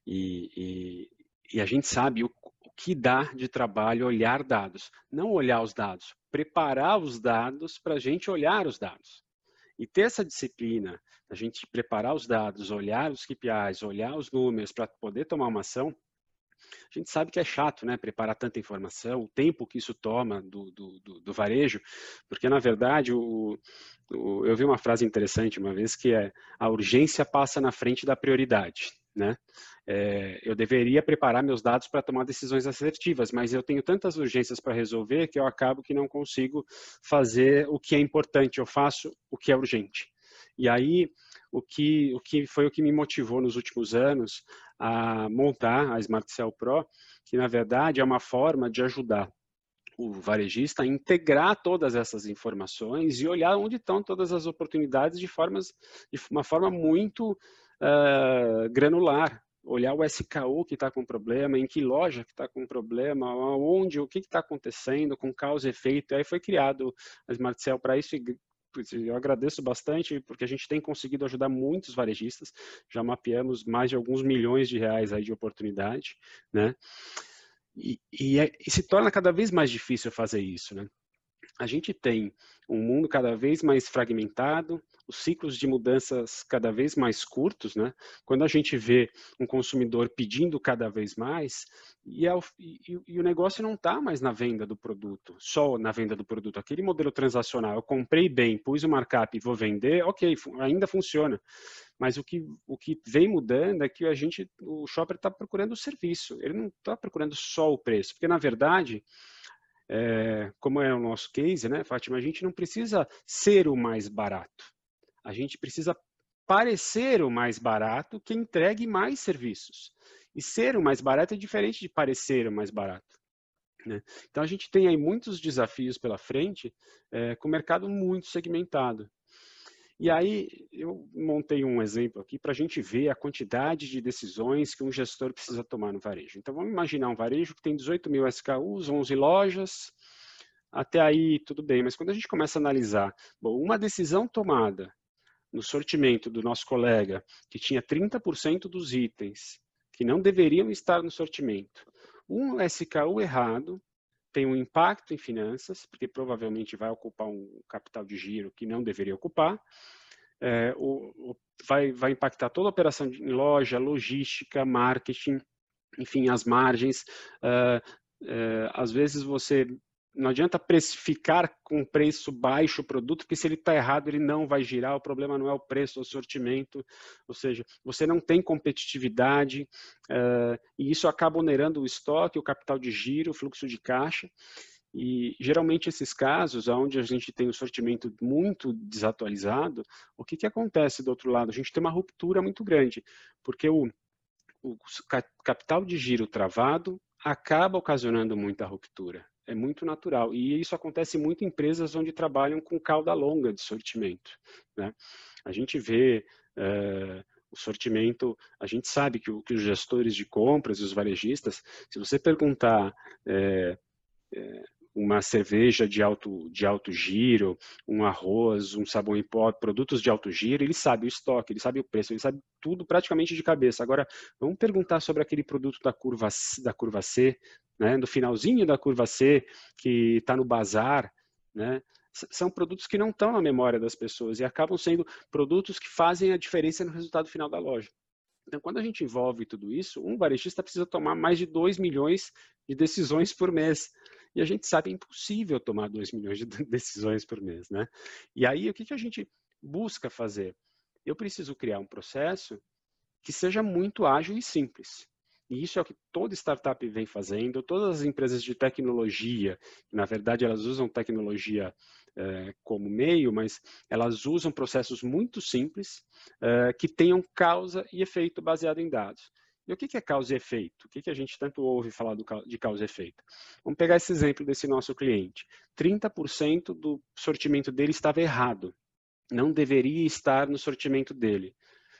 E a gente sabe o que dá de trabalho olhar dados. Não olhar os dados, preparar os dados para a gente olhar os dados. E ter essa disciplina, a gente preparar os dados, olhar os KPIs, olhar os números para poder tomar uma ação, a gente sabe que é chato, né, preparar tanta informação, o tempo que isso toma do varejo, porque, na verdade, eu vi uma frase interessante uma vez que é: a urgência passa na frente da prioridade, né? Eu deveria preparar meus dados para tomar decisões assertivas, mas eu tenho tantas urgências para resolver que eu acabo que não consigo fazer o que é importante, eu faço o que é urgente. E aí, o que foi o que me motivou nos últimos anos a montar a SmartCell Pro, que na verdade é uma forma de ajudar o varejista a integrar todas essas informações e olhar onde estão todas as oportunidades de uma forma muito granular. Olhar o SKU que está com problema, em que loja que está com problema, onde, o que está acontecendo, com causa e efeito. Aí foi criado a SmartCell para isso e eu agradeço bastante, porque a gente tem conseguido ajudar muitos varejistas, já mapeamos mais de alguns milhões de reais aí de oportunidade, né? E se torna cada vez mais difícil fazer isso, né? A gente tem um mundo cada vez mais fragmentado, os ciclos de mudanças cada vez mais curtos, né? Quando a gente vê um consumidor pedindo cada vez mais, e o negócio não está mais na venda do produto, só na venda do produto. Aquele modelo transacional, eu comprei bem, pus o markup e vou vender, ok, ainda funciona. Mas o que vem mudando é que o shopper está procurando o serviço, ele não está procurando só o preço, porque na verdade, como é o nosso case, né, Fátima, a gente não precisa ser o mais barato, a gente precisa parecer o mais barato que entregue mais serviços. E ser o mais barato é diferente de parecer o mais barato, né? Então a gente tem aí muitos desafios pela frente, com o mercado muito segmentado. E aí eu montei um exemplo aqui para a gente ver a quantidade de decisões que um gestor precisa tomar no varejo. Então vamos imaginar um varejo que tem 18 mil SKUs, 11 lojas, até aí tudo bem, mas quando a gente começa a analisar, bom, uma decisão tomada no sortimento do nosso colega, que tinha 30% dos itens que não deveriam estar no sortimento, um SKU errado tem um impacto em finanças, porque provavelmente vai ocupar um capital de giro que não deveria ocupar, vai impactar toda a operação em loja, logística, marketing, enfim, as margens. Às vezes não adianta precificar com preço baixo o produto, porque se ele está errado, ele não vai girar, o problema não é o preço, é o sortimento, ou seja, você não tem competitividade, e isso acaba onerando o estoque, o capital de giro, o fluxo de caixa, e geralmente esses casos, onde a gente tem o sortimento muito desatualizado, o que acontece do outro lado? A gente tem uma ruptura muito grande, porque o capital de giro travado acaba ocasionando muita ruptura. É muito natural. E isso acontece muito em empresas onde trabalham com cauda longa de sortimento, né? A gente vê o sortimento, a gente sabe que os gestores de compras e os varejistas, se você perguntar uma cerveja de alto giro, um arroz, um sabão em pó, produtos de alto giro, ele sabe o estoque, ele sabe o preço, ele sabe tudo praticamente de cabeça. Agora, vamos perguntar sobre aquele produto da curva C, né, no finalzinho da curva C, que está no bazar, né? São produtos que não estão na memória das pessoas e acabam sendo produtos que fazem a diferença no resultado final da loja. Então, quando a gente envolve tudo isso, um varejista precisa tomar mais de 2 milhões de decisões por mês. E a gente sabe que é impossível tomar 2 milhões de decisões por mês, né? E aí, o que a gente busca fazer? Eu preciso criar um processo que seja muito ágil e simples. E isso é o que toda startup vem fazendo, todas as empresas de tecnologia, na verdade elas usam tecnologia como meio, mas elas usam processos muito simples, que tenham causa e efeito baseado em dados. E o que é causa e efeito? O que a gente tanto ouve falar de causa e efeito? Vamos pegar esse exemplo desse nosso cliente. 30% do sortimento dele estava errado. Não deveria estar no sortimento dele.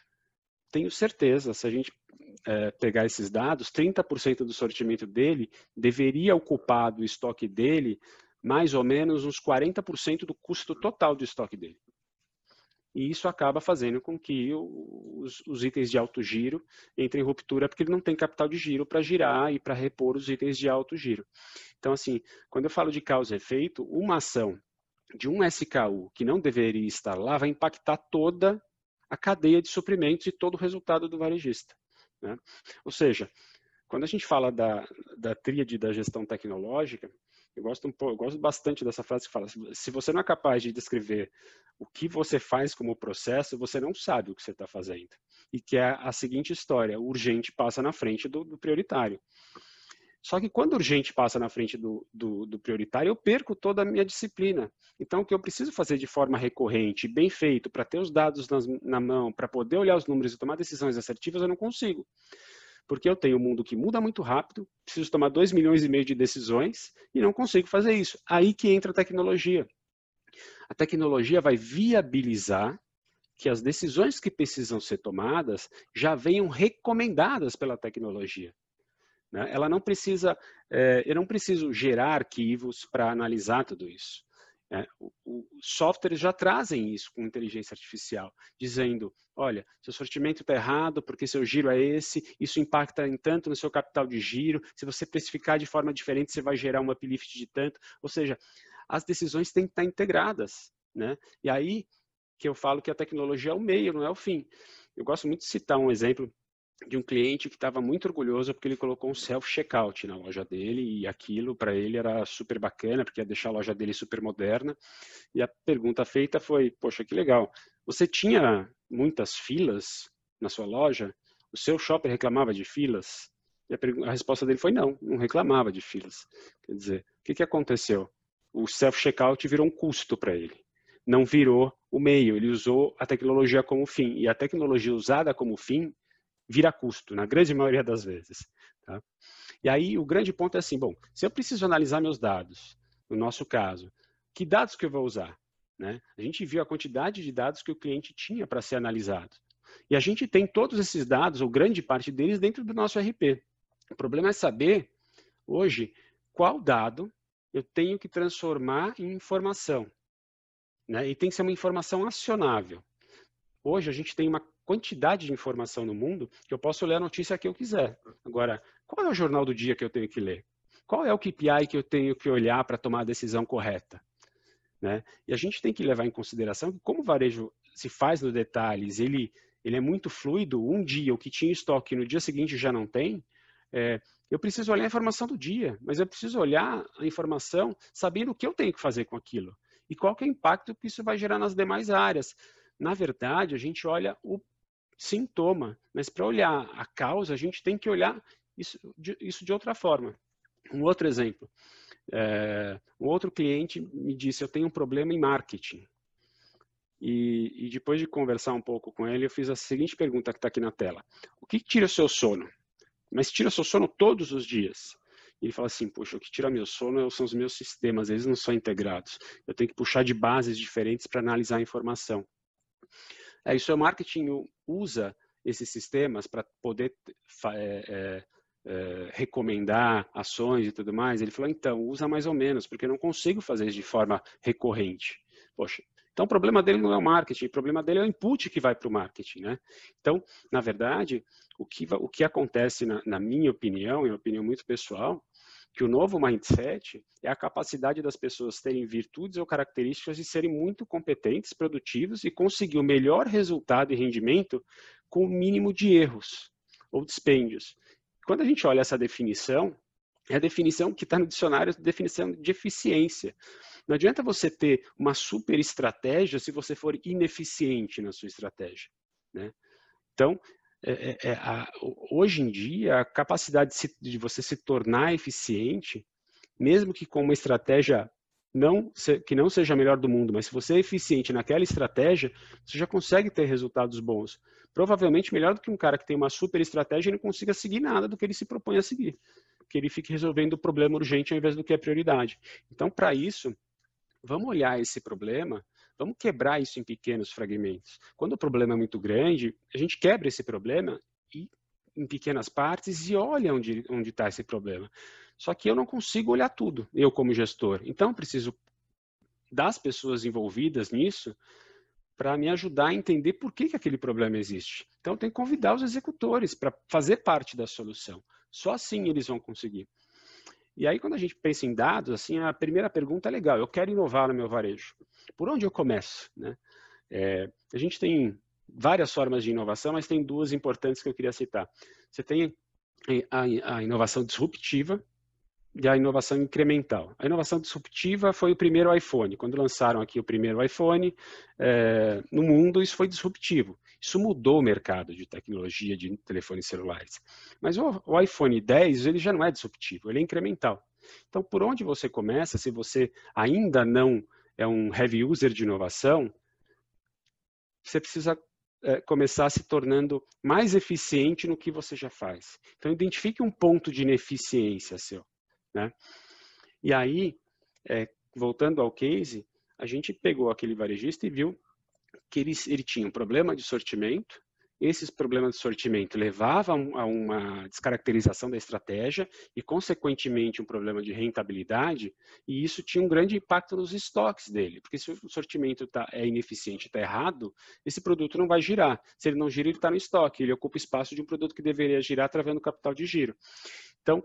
Tenho certeza, se a gente pegar esses dados, 30% do sortimento dele deveria ocupar do estoque dele mais ou menos uns 40% do custo total do estoque dele. E isso acaba fazendo com que os itens de alto giro entrem em ruptura, porque ele não tem capital de giro para girar e para repor os itens de alto giro. Então, assim, quando eu falo de causa e efeito, uma ação de um SKU que não deveria estar lá vai impactar toda a cadeia de suprimentos e todo o resultado do varejista, né? Ou seja, quando a gente fala da tríade da gestão tecnológica, eu gosto bastante dessa frase que fala: se você não é capaz de descrever o que você faz como processo, você não sabe o que você está fazendo. E que é a seguinte história: o urgente passa na frente do prioritário. Só que quando o urgente passa na frente do prioritário, eu perco toda a minha disciplina. Então, o que eu preciso fazer de forma recorrente, bem feito, para ter os dados na mão, para poder olhar os números e tomar decisões assertivas, eu não consigo. Porque eu tenho um mundo que muda muito rápido, preciso tomar 2,5 milhões de decisões e não consigo fazer isso. Aí que entra a tecnologia. A tecnologia vai viabilizar que as decisões que precisam ser tomadas já venham recomendadas pela tecnologia. Ela não precisa, eu não preciso gerar arquivos para analisar tudo isso. Os softwares já trazem isso com inteligência artificial, dizendo: olha, seu sortimento está errado porque seu giro é esse, isso impacta em tanto no seu capital de giro, se você precificar de forma diferente, você vai gerar um uplift de tanto. Ou seja, as decisões têm que estar integradas, né? E aí que eu falo que a tecnologia é o meio, não é o fim. Eu gosto muito de citar um exemplo de um cliente que estava muito orgulhoso porque ele colocou um self-checkout na loja dele e aquilo para ele era super bacana porque ia deixar a loja dele super moderna. E a pergunta feita foi: poxa, que legal, você tinha muitas filas na sua loja? O seu shopper reclamava de filas? E a resposta dele foi: não reclamava de filas. Quer dizer, o que aconteceu? O self-checkout virou um custo para ele. Não virou o meio, ele usou a tecnologia como fim. E a tecnologia usada como fim vira custo, na grande maioria das vezes. Tá? E aí o grande ponto é assim: bom, se eu preciso analisar meus dados, no nosso caso, que dados que eu vou usar? Né? A gente viu a quantidade de dados que o cliente tinha para ser analisado. E a gente tem todos esses dados, ou grande parte deles, dentro do nosso RP. O problema é saber, hoje, qual dado eu tenho que transformar em informação. Né? E tem que ser uma informação acionável. Hoje a gente tem uma quantidade de informação no mundo que eu posso ler a notícia que eu quiser. Agora, qual é o jornal do dia que eu tenho que ler? Qual é o KPI que eu tenho que olhar para tomar a decisão correta? Né? E a gente tem que levar em consideração que, como o varejo se faz nos detalhes, ele é muito fluido. Um dia o que tinha em estoque no dia seguinte já não tem. Eu preciso olhar a informação do dia, mas eu preciso olhar a informação sabendo o que eu tenho que fazer com aquilo e qual que é o impacto que isso vai gerar nas demais áreas. Na verdade, a gente olha o sintoma, mas para olhar a causa, a gente tem que olhar isso de outra forma. Um outro exemplo, um outro cliente me disse: eu tenho um problema em marketing. E depois de conversar um pouco com ele, eu fiz a seguinte pergunta que está aqui na tela: o que tira o seu sono? Mas tira o seu sono todos os dias. E ele fala assim: poxa, o que tira meu sono são os meus sistemas, eles não são integrados. Eu tenho que puxar de bases diferentes para analisar a informação. E o seu marketing usa esses sistemas para poder recomendar ações e tudo mais? Ele falou: então, usa mais ou menos, porque eu não consigo fazer isso de forma recorrente. Poxa, então o problema dele não é o marketing, o problema dele é o input que vai para o marketing, né? Então, na verdade, o que acontece, na minha opinião, e uma opinião muito pessoal, que o novo mindset é a capacidade das pessoas terem virtudes ou características de serem muito competentes, produtivos e conseguir o melhor resultado e rendimento com o mínimo de erros ou dispêndios. Quando a gente olha essa definição, é a definição que está no dicionário, definição de eficiência. Não adianta você ter uma super estratégia se você for ineficiente na sua estratégia, né? Então, hoje em dia, a capacidade de você se tornar eficiente, mesmo que com uma estratégia que não seja a melhor do mundo, mas se você é eficiente naquela estratégia, você já consegue ter resultados bons. Provavelmente melhor do que um cara que tem uma super estratégia e não consiga seguir nada do que ele se propõe a seguir. Que ele fique resolvendo o problema urgente ao invés do que é prioridade. Então, para isso, vamos olhar esse problema, vamos quebrar isso em pequenos fragmentos. Quando o problema é muito grande, a gente quebra esse problema em pequenas partes e olha onde está esse problema. Só que eu não consigo olhar tudo, eu como gestor. Então, preciso das pessoas envolvidas nisso para me ajudar a entender por que aquele problema existe. Então, eu tenho que convidar os executores para fazer parte da solução. Só assim eles vão conseguir. E aí, quando a gente pensa em dados, assim, a primeira pergunta é legal, eu quero inovar no meu varejo. Por onde eu começo? Né? A gente tem várias formas de inovação, mas tem duas importantes que eu queria citar. Você tem a inovação disruptiva e a inovação incremental. A inovação disruptiva foi o primeiro iPhone. Quando lançaram aqui o primeiro iPhone, no mundo isso foi disruptivo. Isso mudou o mercado de tecnologia de telefones celulares. Mas o iPhone 10 ele já não é disruptivo, ele é incremental. Então, por onde você começa, se você ainda não é um heavy user de inovação, você precisa começar se tornando mais eficiente no que você já faz. Então, identifique um ponto de ineficiência seu. Né? E aí, voltando ao case, a gente pegou aquele varejista e viu que ele tinha um problema de sortimento. Esses problemas de sortimento levavam a uma descaracterização da estratégia e, consequentemente, um problema de rentabilidade, e isso tinha um grande impacto nos estoques dele, porque se o sortimento é ineficiente, está errado, esse produto não vai girar. Se ele não gira, ele está no estoque, ele ocupa espaço de um produto que deveria girar, travando o capital de giro. Então,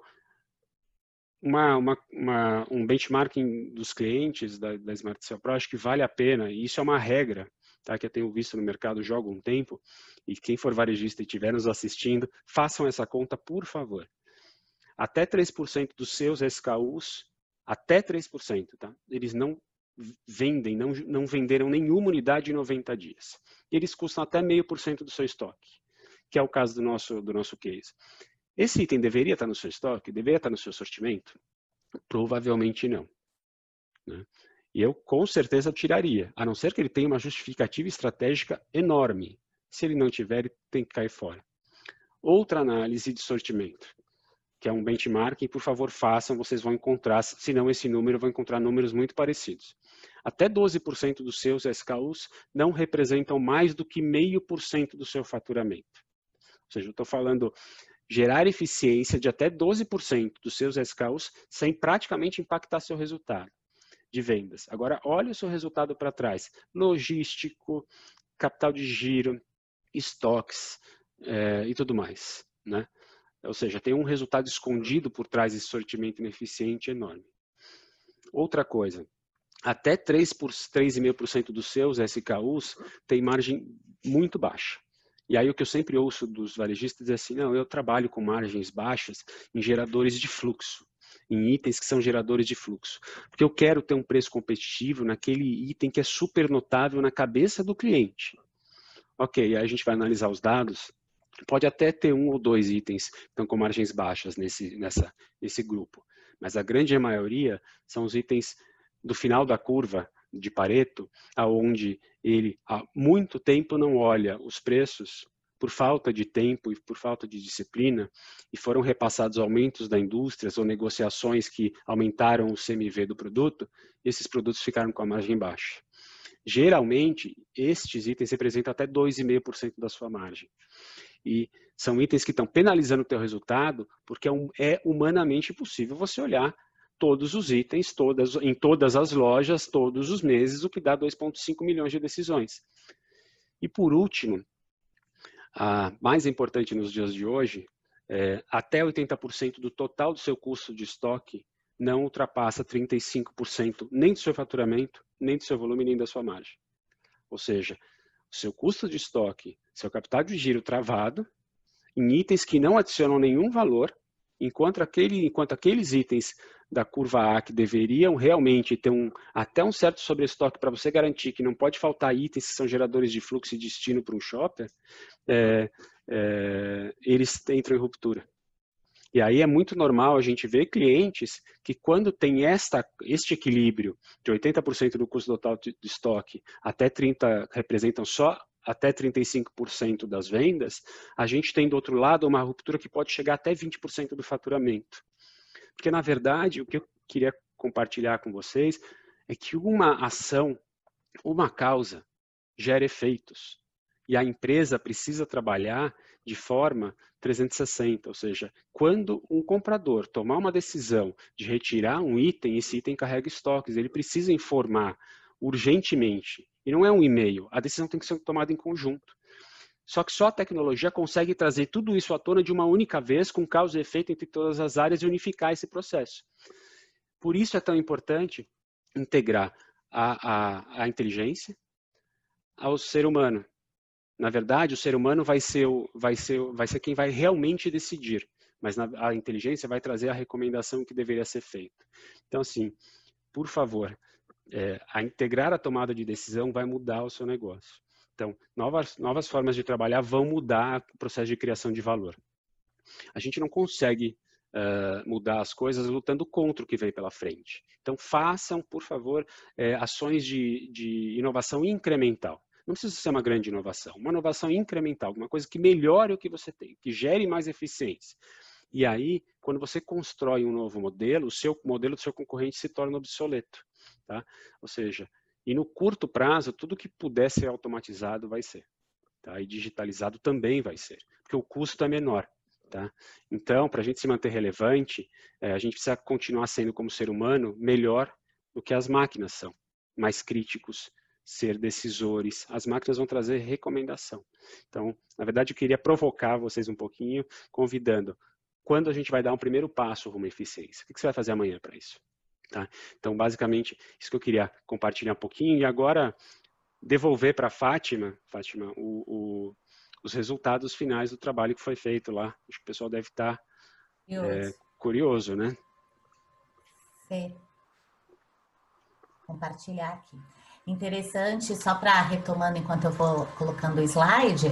um benchmarking dos clientes da Smart Cell Pro, acho que vale a pena, e isso é uma regra, tá, que eu tenho visto no mercado já há algum tempo, e quem for varejista e estiver nos assistindo, façam essa conta, por favor. Até 3% dos seus SKUs, até 3%, tá? Eles não vendem, não venderam nenhuma unidade em 90 dias. E eles custam até 0,5% do seu estoque, que é o caso do nosso case. Esse item deveria estar no seu estoque? Deveria estar no seu sortimento? Provavelmente não. Né? E eu, com certeza, tiraria, a não ser que ele tenha uma justificativa estratégica enorme. Se ele não tiver, ele tem que cair fora. Outra análise de sortimento, que é um benchmarking, por favor, façam, vocês vão encontrar, se não esse número, vão encontrar números muito parecidos. Até 12% dos seus SKUs não representam mais do que 0,5% do seu faturamento. Ou seja, eu estou falando gerar eficiência de até 12% dos seus SKUs sem praticamente impactar seu resultado de vendas. Agora, olha o seu resultado para trás. Logístico, capital de giro, estoques e tudo mais. Né? Ou seja, tem um resultado escondido por trás desse sortimento ineficiente enorme. Outra coisa, até 3,5% dos seus SKUs tem margem muito baixa. E aí o que eu sempre ouço dos varejistas é assim, não, eu trabalho com margens baixas em geradores de fluxo, em itens que são geradores de fluxo, porque eu quero ter um preço competitivo naquele item que é super notável na cabeça do cliente. Ok, aí a gente vai analisar os dados, pode até ter 1 ou 2 itens que estão com margens baixas nesse grupo, mas a grande maioria são os itens do final da curva de Pareto, aonde ele há muito tempo não olha os preços por falta de tempo e por falta de disciplina e foram repassados aumentos da indústria ou negociações que aumentaram o CMV do produto, esses produtos ficaram com a margem baixa. Geralmente, estes itens representam até 2,5% da sua margem. E são itens que estão penalizando o teu resultado porque é humanamente impossível você olhar todos os itens, em todas as lojas, todos os meses, o que dá 2,5 milhões de decisões. E por último, a mais importante nos dias de hoje, até 80% do total do seu custo de estoque não ultrapassa 35% nem do seu faturamento, nem do seu volume, nem da sua margem. Ou seja, o seu custo de estoque, seu capital de giro travado, em itens que não adicionam nenhum valor, enquanto aqueles itens da curva A que deveriam realmente ter até um certo sobreestoque para você garantir que não pode faltar itens que são geradores de fluxo e destino para um shopper, eles entram em ruptura. E aí é muito normal a gente ver clientes que quando tem este equilíbrio de 80% do custo total de estoque, até 30% representam só até 35% das vendas, a gente tem do outro lado uma ruptura que pode chegar até 20% do faturamento. Porque, na verdade, o que eu queria compartilhar com vocês é que uma ação, uma causa, gera efeitos. E a empresa precisa trabalhar de forma 360, ou seja, quando um comprador tomar uma decisão de retirar um item, esse item carrega estoques, ele precisa informar urgentemente. E não é um e-mail, a decisão tem que ser tomada em conjunto. Só que só a tecnologia consegue trazer tudo isso à tona de uma única vez, com causa e efeito entre todas as áreas e unificar esse processo. Por isso é tão importante integrar a inteligência ao ser humano. Na verdade, o ser humano vai ser quem vai realmente decidir, mas a inteligência vai trazer a recomendação que deveria ser feita. Então, assim, por favor, a integrar a tomada de decisão vai mudar o seu negócio. Então, novas formas de trabalhar vão mudar o processo de criação de valor. A gente não consegue mudar as coisas lutando contra o que vem pela frente. Então, façam, por favor, ações de inovação incremental. Não precisa ser uma grande inovação, uma inovação incremental, uma coisa que melhore o que você tem, que gere mais eficiência. E aí, quando você constrói um novo modelo, o seu modelo do seu concorrente se torna obsoleto. Tá? Ou seja, e no curto prazo, tudo que puder ser automatizado vai ser. Tá? E digitalizado também vai ser, porque o custo é menor. Tá? Então, para a gente se manter relevante, a gente precisa continuar sendo, como ser humano, melhor do que as máquinas são, mais críticos, ser decisores. As máquinas vão trazer recomendação. Então, na verdade, eu queria provocar vocês um pouquinho, convidando, quando a gente vai dar um primeiro passo rumo à eficiência? O que você vai fazer amanhã para isso? Tá? Então, basicamente, isso que eu queria compartilhar um pouquinho e agora devolver para a Fátima, os resultados finais do trabalho que foi feito lá. Acho que o pessoal deve estar curioso, né? Sim. Compartilhar aqui. Interessante, só para retomando enquanto eu vou colocando o slide,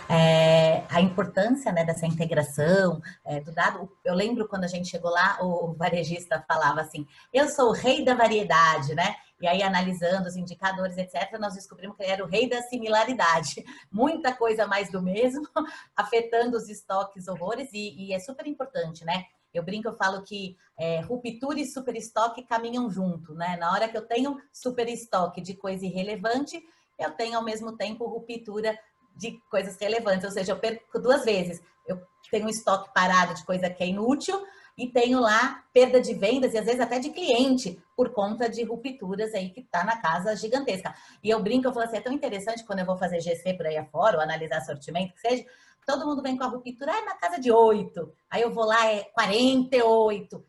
a importância, né, dessa integração do dado. Eu lembro quando a gente chegou lá, o varejista falava assim, eu sou o rei da variedade, né? E aí, analisando os indicadores, etc., nós descobrimos que ele era o rei da similaridade. Muita coisa mais do mesmo, afetando os estoques horrores, e é super importante, né? Eu brinco, eu falo que ruptura e super estoque caminham junto, né? Na hora que eu tenho super estoque de coisa irrelevante, eu tenho ao mesmo tempo ruptura de coisas relevantes, ou seja, eu perco duas vezes. Eu tenho um estoque parado de coisa que é inútil e tenho lá perda de vendas e às vezes até de cliente por conta de rupturas aí que tá na casa gigantesca. E eu brinco, eu falo assim, é tão interessante quando eu vou fazer GC por aí afora, ou analisar sortimento, que seja, todo mundo vem com a ruptura, na casa de 8. Aí eu vou lá, 48,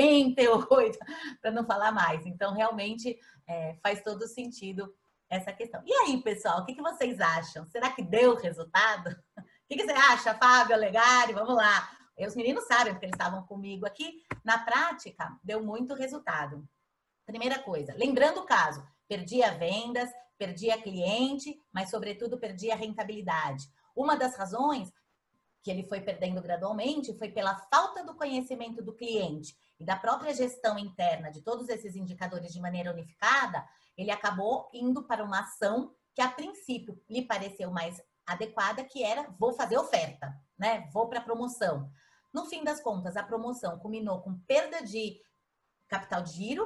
58, para não falar mais. Então, realmente, faz todo sentido essa questão. E aí, pessoal, o que vocês acham? Será que deu resultado? O que você acha, Fábio, Olegário? Vamos lá. Os meninos sabem, porque eles estavam comigo aqui. Na prática, deu muito resultado. Primeira coisa, lembrando o caso, perdia vendas, perdia cliente, mas, sobretudo, perdia rentabilidade. Uma das razões que ele foi perdendo gradualmente foi pela falta do conhecimento do cliente e da própria gestão interna de todos esses indicadores de maneira unificada, ele acabou indo para uma ação que, a princípio, lhe pareceu mais adequada, que era, vou fazer oferta, né? Vou para a promoção. No fim das contas, a promoção culminou com perda de capital de giro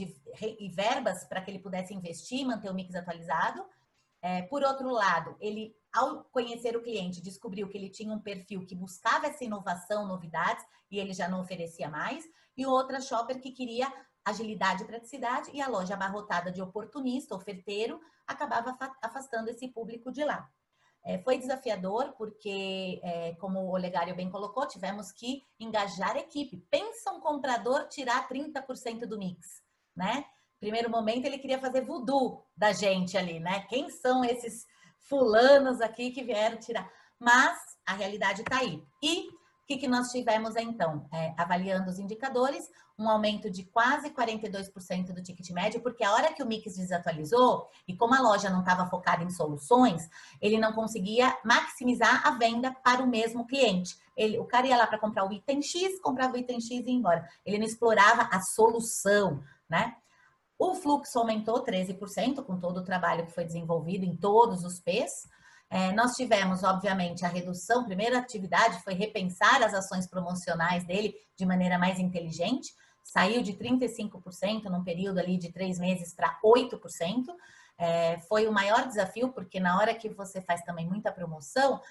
e verbas para que ele pudesse investir e manter o mix atualizado. Por outro lado, ele, ao conhecer o cliente, descobriu que ele tinha um perfil que buscava essa inovação, novidades, e ele já não oferecia mais. E outra shopper que queria agilidade e praticidade, e a loja abarrotada de oportunista, oferteiro, acabava afastando esse público de lá. Foi desafiador porque, como o Olegário bem colocou, tivemos que engajar a equipe. Pensa um comprador tirar 30% do mix, né? Primeiro momento, ele queria fazer voodoo da gente ali, né? Quem são esses fulanos aqui que vieram tirar? Mas a realidade está aí. E o que nós tivemos, então? Avaliando os indicadores, um aumento de quase 42% do ticket médio, porque a hora que o mix desatualizou, e como a loja não estava focada em soluções, ele não conseguia maximizar a venda para o mesmo cliente. O cara ia lá para comprar o item X, comprava o item X e ia embora. Ele não explorava a solução, né? O fluxo aumentou 13%, com todo o trabalho que foi desenvolvido em todos os P's. Nós tivemos, obviamente, a redução. A primeira atividade foi repensar as ações promocionais dele de maneira mais inteligente. Saiu de 35% num período ali de 3 meses para 8%. Foi o maior desafio, porque na hora que você faz também muita promoção,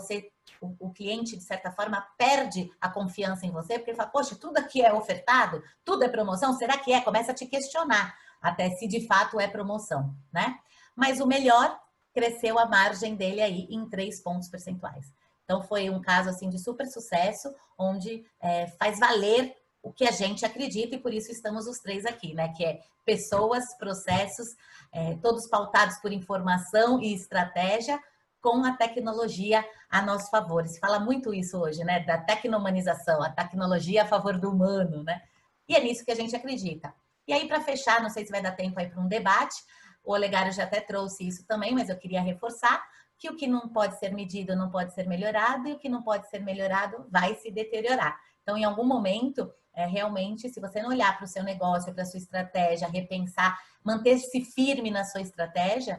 o cliente, de certa forma, perde a confiança em você, porque ele fala, poxa, tudo aqui é ofertado, tudo é promoção, será que é? Começa a te questionar, até se de fato é promoção, né? Mas o melhor, cresceu a margem dele aí em 3 pontos percentuais. Então, foi um caso, assim, de super sucesso, onde faz valer o que a gente acredita, e por isso estamos os 3 aqui, né? Que é pessoas, processos, todos pautados por informação e estratégia, com a tecnologia a nosso favor. Se fala muito isso hoje, né? Da tecnomanização, a tecnologia a favor do humano, né? E é nisso que a gente acredita. E aí, para fechar, não sei se vai dar tempo aí para um debate, o Olegário já até trouxe isso também, mas eu queria reforçar que o que não pode ser medido não pode ser melhorado, e o que não pode ser melhorado vai se deteriorar. Então, em algum momento, realmente, se você não olhar para o seu negócio, para a sua estratégia, repensar, manter-se firme na sua estratégia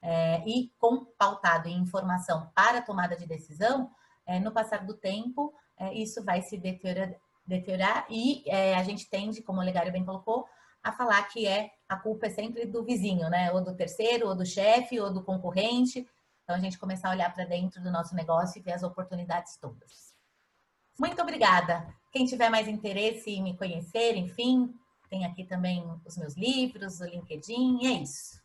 e pautado em informação para a tomada de decisão, no passar do tempo, isso vai se deteriorar e a gente tende, como o Olegário bem colocou, a falar que a culpa é sempre do vizinho, né? Ou do terceiro, ou do chefe, ou do concorrente. Então, a gente começar a olhar para dentro do nosso negócio e ver as oportunidades todas. Muito obrigada. Quem tiver mais interesse em me conhecer, enfim, tem aqui também os meus livros, o LinkedIn, e é isso.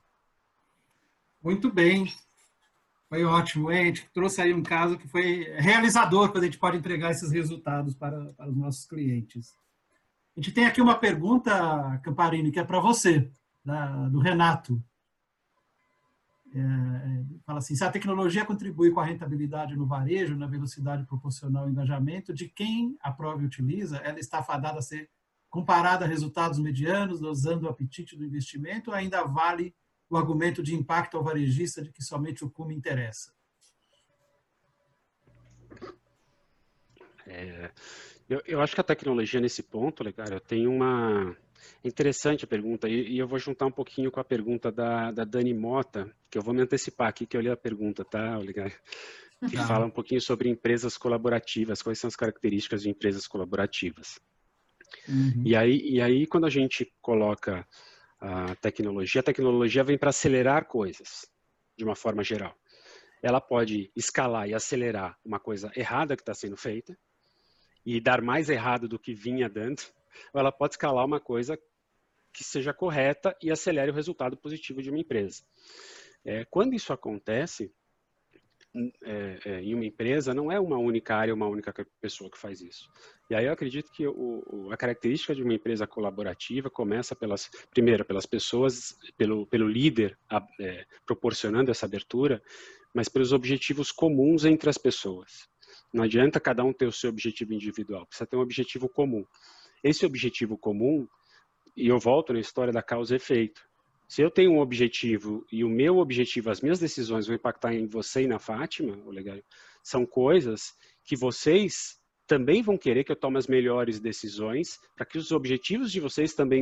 Muito bem. Foi ótimo. A gente trouxe aí um caso que foi realizador, quando a gente pode entregar esses resultados para os nossos clientes. A gente tem aqui uma pergunta, Camparini, que é para você, do Renato. Fala assim, se a tecnologia contribui com a rentabilidade no varejo, na velocidade proporcional ao engajamento, de quem a Prove utiliza, ela está fadada a ser comparada a resultados medianos, dosando o apetite do investimento, ou ainda vale o argumento de impacto ao varejista de que somente o cume interessa? Eu acho que a tecnologia nesse ponto, Olegário, eu tenho uma... Interessante a pergunta, e eu vou juntar um pouquinho com a pergunta da Dani Mota, que eu vou me antecipar aqui, que eu li a pergunta, tá, Olegário? Que fala um pouquinho sobre empresas colaborativas, quais são as características de empresas colaborativas. Uhum. E aí, quando a gente coloca a tecnologia vem para acelerar coisas, de uma forma geral. Ela pode escalar e acelerar uma coisa errada que está sendo feita, e dar mais errado do que vinha dando, ou ela pode escalar uma coisa que seja correta e acelere o resultado positivo de uma empresa. Quando isso acontece em uma empresa, não é uma única área, uma única pessoa que faz isso. E aí eu acredito que a característica de uma empresa colaborativa começa primeiro pelas pessoas, pelo líder proporcionando essa abertura, mas pelos objetivos comuns entre as pessoas. Não adianta cada um ter o seu objetivo individual, precisa ter um objetivo comum. Esse objetivo comum, e eu volto na história da causa e efeito. Se eu tenho um objetivo e o meu objetivo, as minhas decisões vão impactar em você e na Fátima, Olegário, são coisas que vocês também vão querer que eu tome as melhores decisões para que os objetivos de vocês também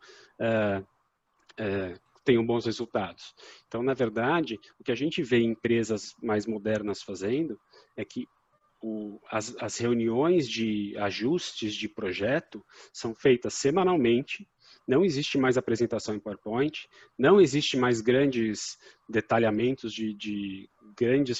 tenham bons resultados. Então, na verdade, o que a gente vê em empresas mais modernas fazendo é que as reuniões de ajustes de projeto são feitas semanalmente, não existe mais apresentação em PowerPoint, não existe mais grandes detalhamentos de grandes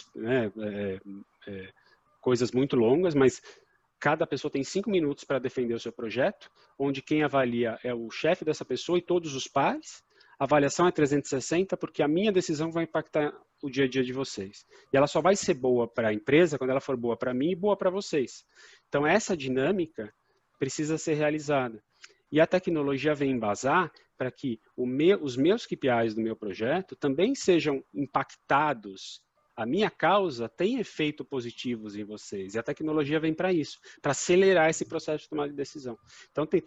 coisas muito longas, mas cada pessoa tem 5 minutos para defender o seu projeto, onde quem avalia é o chefe dessa pessoa e todos os pares. A avaliação é 360 porque a minha decisão vai impactar o dia a dia de vocês. E ela só vai ser boa para a empresa quando ela for boa para mim e boa para vocês. Então, essa dinâmica precisa ser realizada. E a tecnologia vem embasar para que os meus KPIs do meu projeto também sejam impactados. A minha causa tem efeito positivos em vocês. E a tecnologia vem para isso, para acelerar esse processo de tomada de decisão. Então, tentei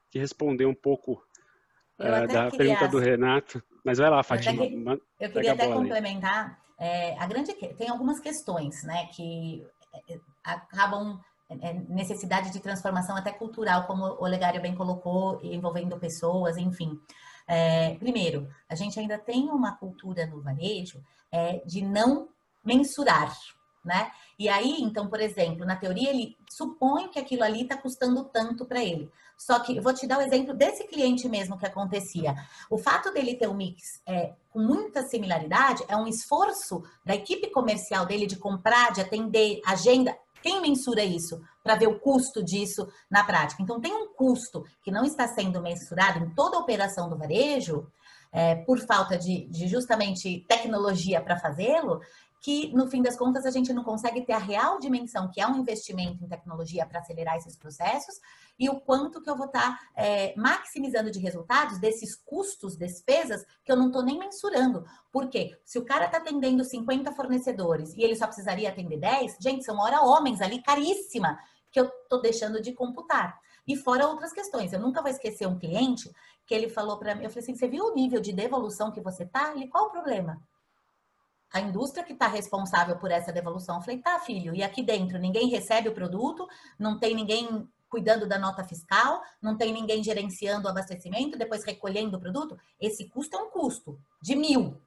que responder um pouco da queria, pergunta do Renato. Mas vai lá, Fátima. Eu queria até complementar. Tem algumas questões, né, que acabam necessidade de transformação até cultural, como o Olegário bem colocou, envolvendo pessoas, enfim. Primeiro, a gente ainda tem uma cultura no varejo de não mensurar, né? E aí, então, por exemplo, na teoria, ele supõe que aquilo ali está custando tanto para ele. Só que eu vou te dar o exemplo desse cliente mesmo que acontecia. O fato dele ter um mix com muita similaridade é um esforço da equipe comercial dele de comprar, de atender, agenda. Quem mensura isso para ver o custo disso na prática? Então, tem um custo que não está sendo mensurado em toda a operação do varejo, por falta de justamente tecnologia para fazê-lo, que, no fim das contas, a gente não consegue ter a real dimensão, que é um investimento em tecnologia para acelerar esses processos, e o quanto que eu vou estar maximizando de resultados desses custos, despesas, que eu não estou nem mensurando. Por quê? Se o cara está atendendo 50 fornecedores e ele só precisaria atender 10, gente, são hora homens ali, caríssima, que eu estou deixando de computar. E fora outras questões. Eu nunca vou esquecer um cliente que ele falou para mim, eu falei assim, você viu o nível de devolução que você está? Ele, qual o problema? A indústria que está responsável por essa devolução. Eu falei, tá, filho, e aqui dentro ninguém recebe o produto, não tem ninguém cuidando da nota fiscal, não tem ninguém gerenciando o abastecimento, depois recolhendo o produto. Esse custo é um custo de mil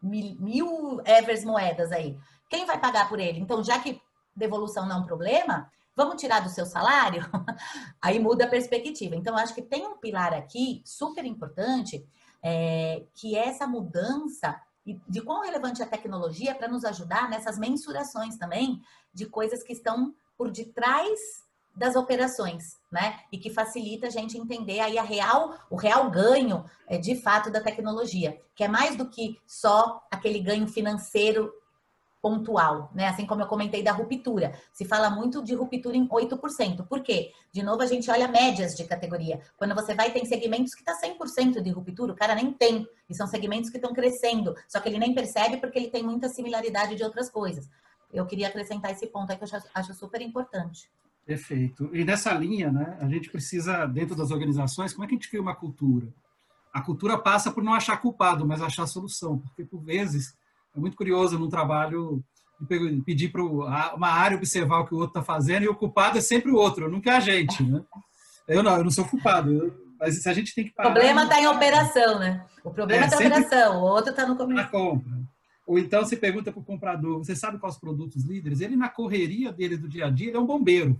Evers moedas aí. Quem vai pagar por ele? Então, já que devolução não é um problema, vamos tirar do seu salário? Aí muda a perspectiva. Então, eu acho que tem um pilar aqui super importante, que é essa mudança e de quão relevante a tecnologia é para nos ajudar nessas mensurações também de coisas que estão por detrás das operações, né? E que facilita a gente entender aí o real ganho, de fato, da tecnologia, que é mais do que só aquele ganho financeiro pontual, né? Assim como eu comentei da ruptura. Se fala muito de ruptura em 8%. Por quê? De novo, a gente olha médias de categoria. Quando você vai, tem segmentos que está 100% de ruptura, o cara nem tem. E são segmentos que estão crescendo. Só que ele nem percebe porque ele tem muita similaridade de outras coisas. Eu queria acrescentar esse ponto aí que eu acho super importante. Perfeito. E nessa linha, né, a gente precisa, dentro das organizações, como é que a gente cria uma cultura? A cultura passa por não achar culpado, mas achar solução. Porque, por vezes, é muito curioso num trabalho pedir para uma área observar o que o outro está fazendo e o culpado é sempre o outro, nunca é a gente, né? Eu não sou culpado, mas se a gente tem que parar... O problema está em operação, né? O problema está em operação, o outro está no começo. Na compra. Ou então você pergunta para o comprador, você sabe quais produtos líderes? Ele, na correria dele do dia a dia, ele é um bombeiro.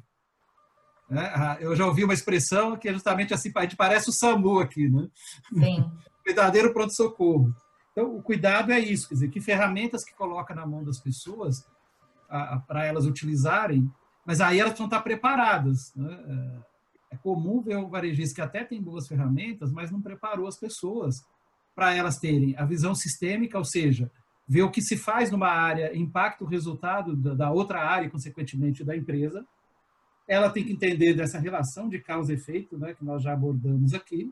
Eu já ouvi uma expressão que é justamente assim, a gente parece o SAMU aqui, né? Sim. Verdadeiro pronto-socorro. Então, o cuidado é isso, quer dizer, que ferramentas que coloca na mão das pessoas para elas utilizarem, mas aí elas precisam estar preparadas. Né? É comum ver o varejista que até tem boas ferramentas, mas não preparou as pessoas para elas terem a visão sistêmica, ou seja, ver o que se faz numa área impacta o resultado da outra área, e, consequentemente, da empresa. Ela tem que entender dessa relação de causa e efeito, né, que nós já abordamos aqui,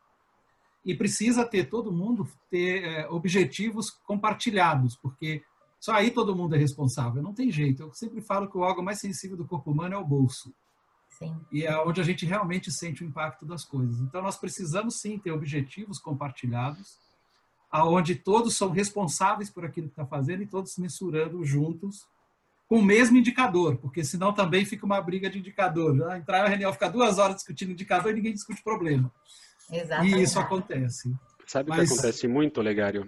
e precisa todo mundo ter objetivos compartilhados, porque só aí todo mundo é responsável, não tem jeito. Eu sempre falo que o órgão mais sensível do corpo humano é o bolso. Sim. E é onde a gente realmente sente o impacto das coisas. Então, nós precisamos, sim, ter objetivos compartilhados, aonde todos são responsáveis por aquilo que está fazendo e todos mensurando juntos com o mesmo indicador, porque senão também fica uma briga de indicador. Entrar na reunião, ficar 2 horas discutindo indicador e ninguém discute problema. Exatamente. E isso acontece. Sabe o que acontece muito, Olegário?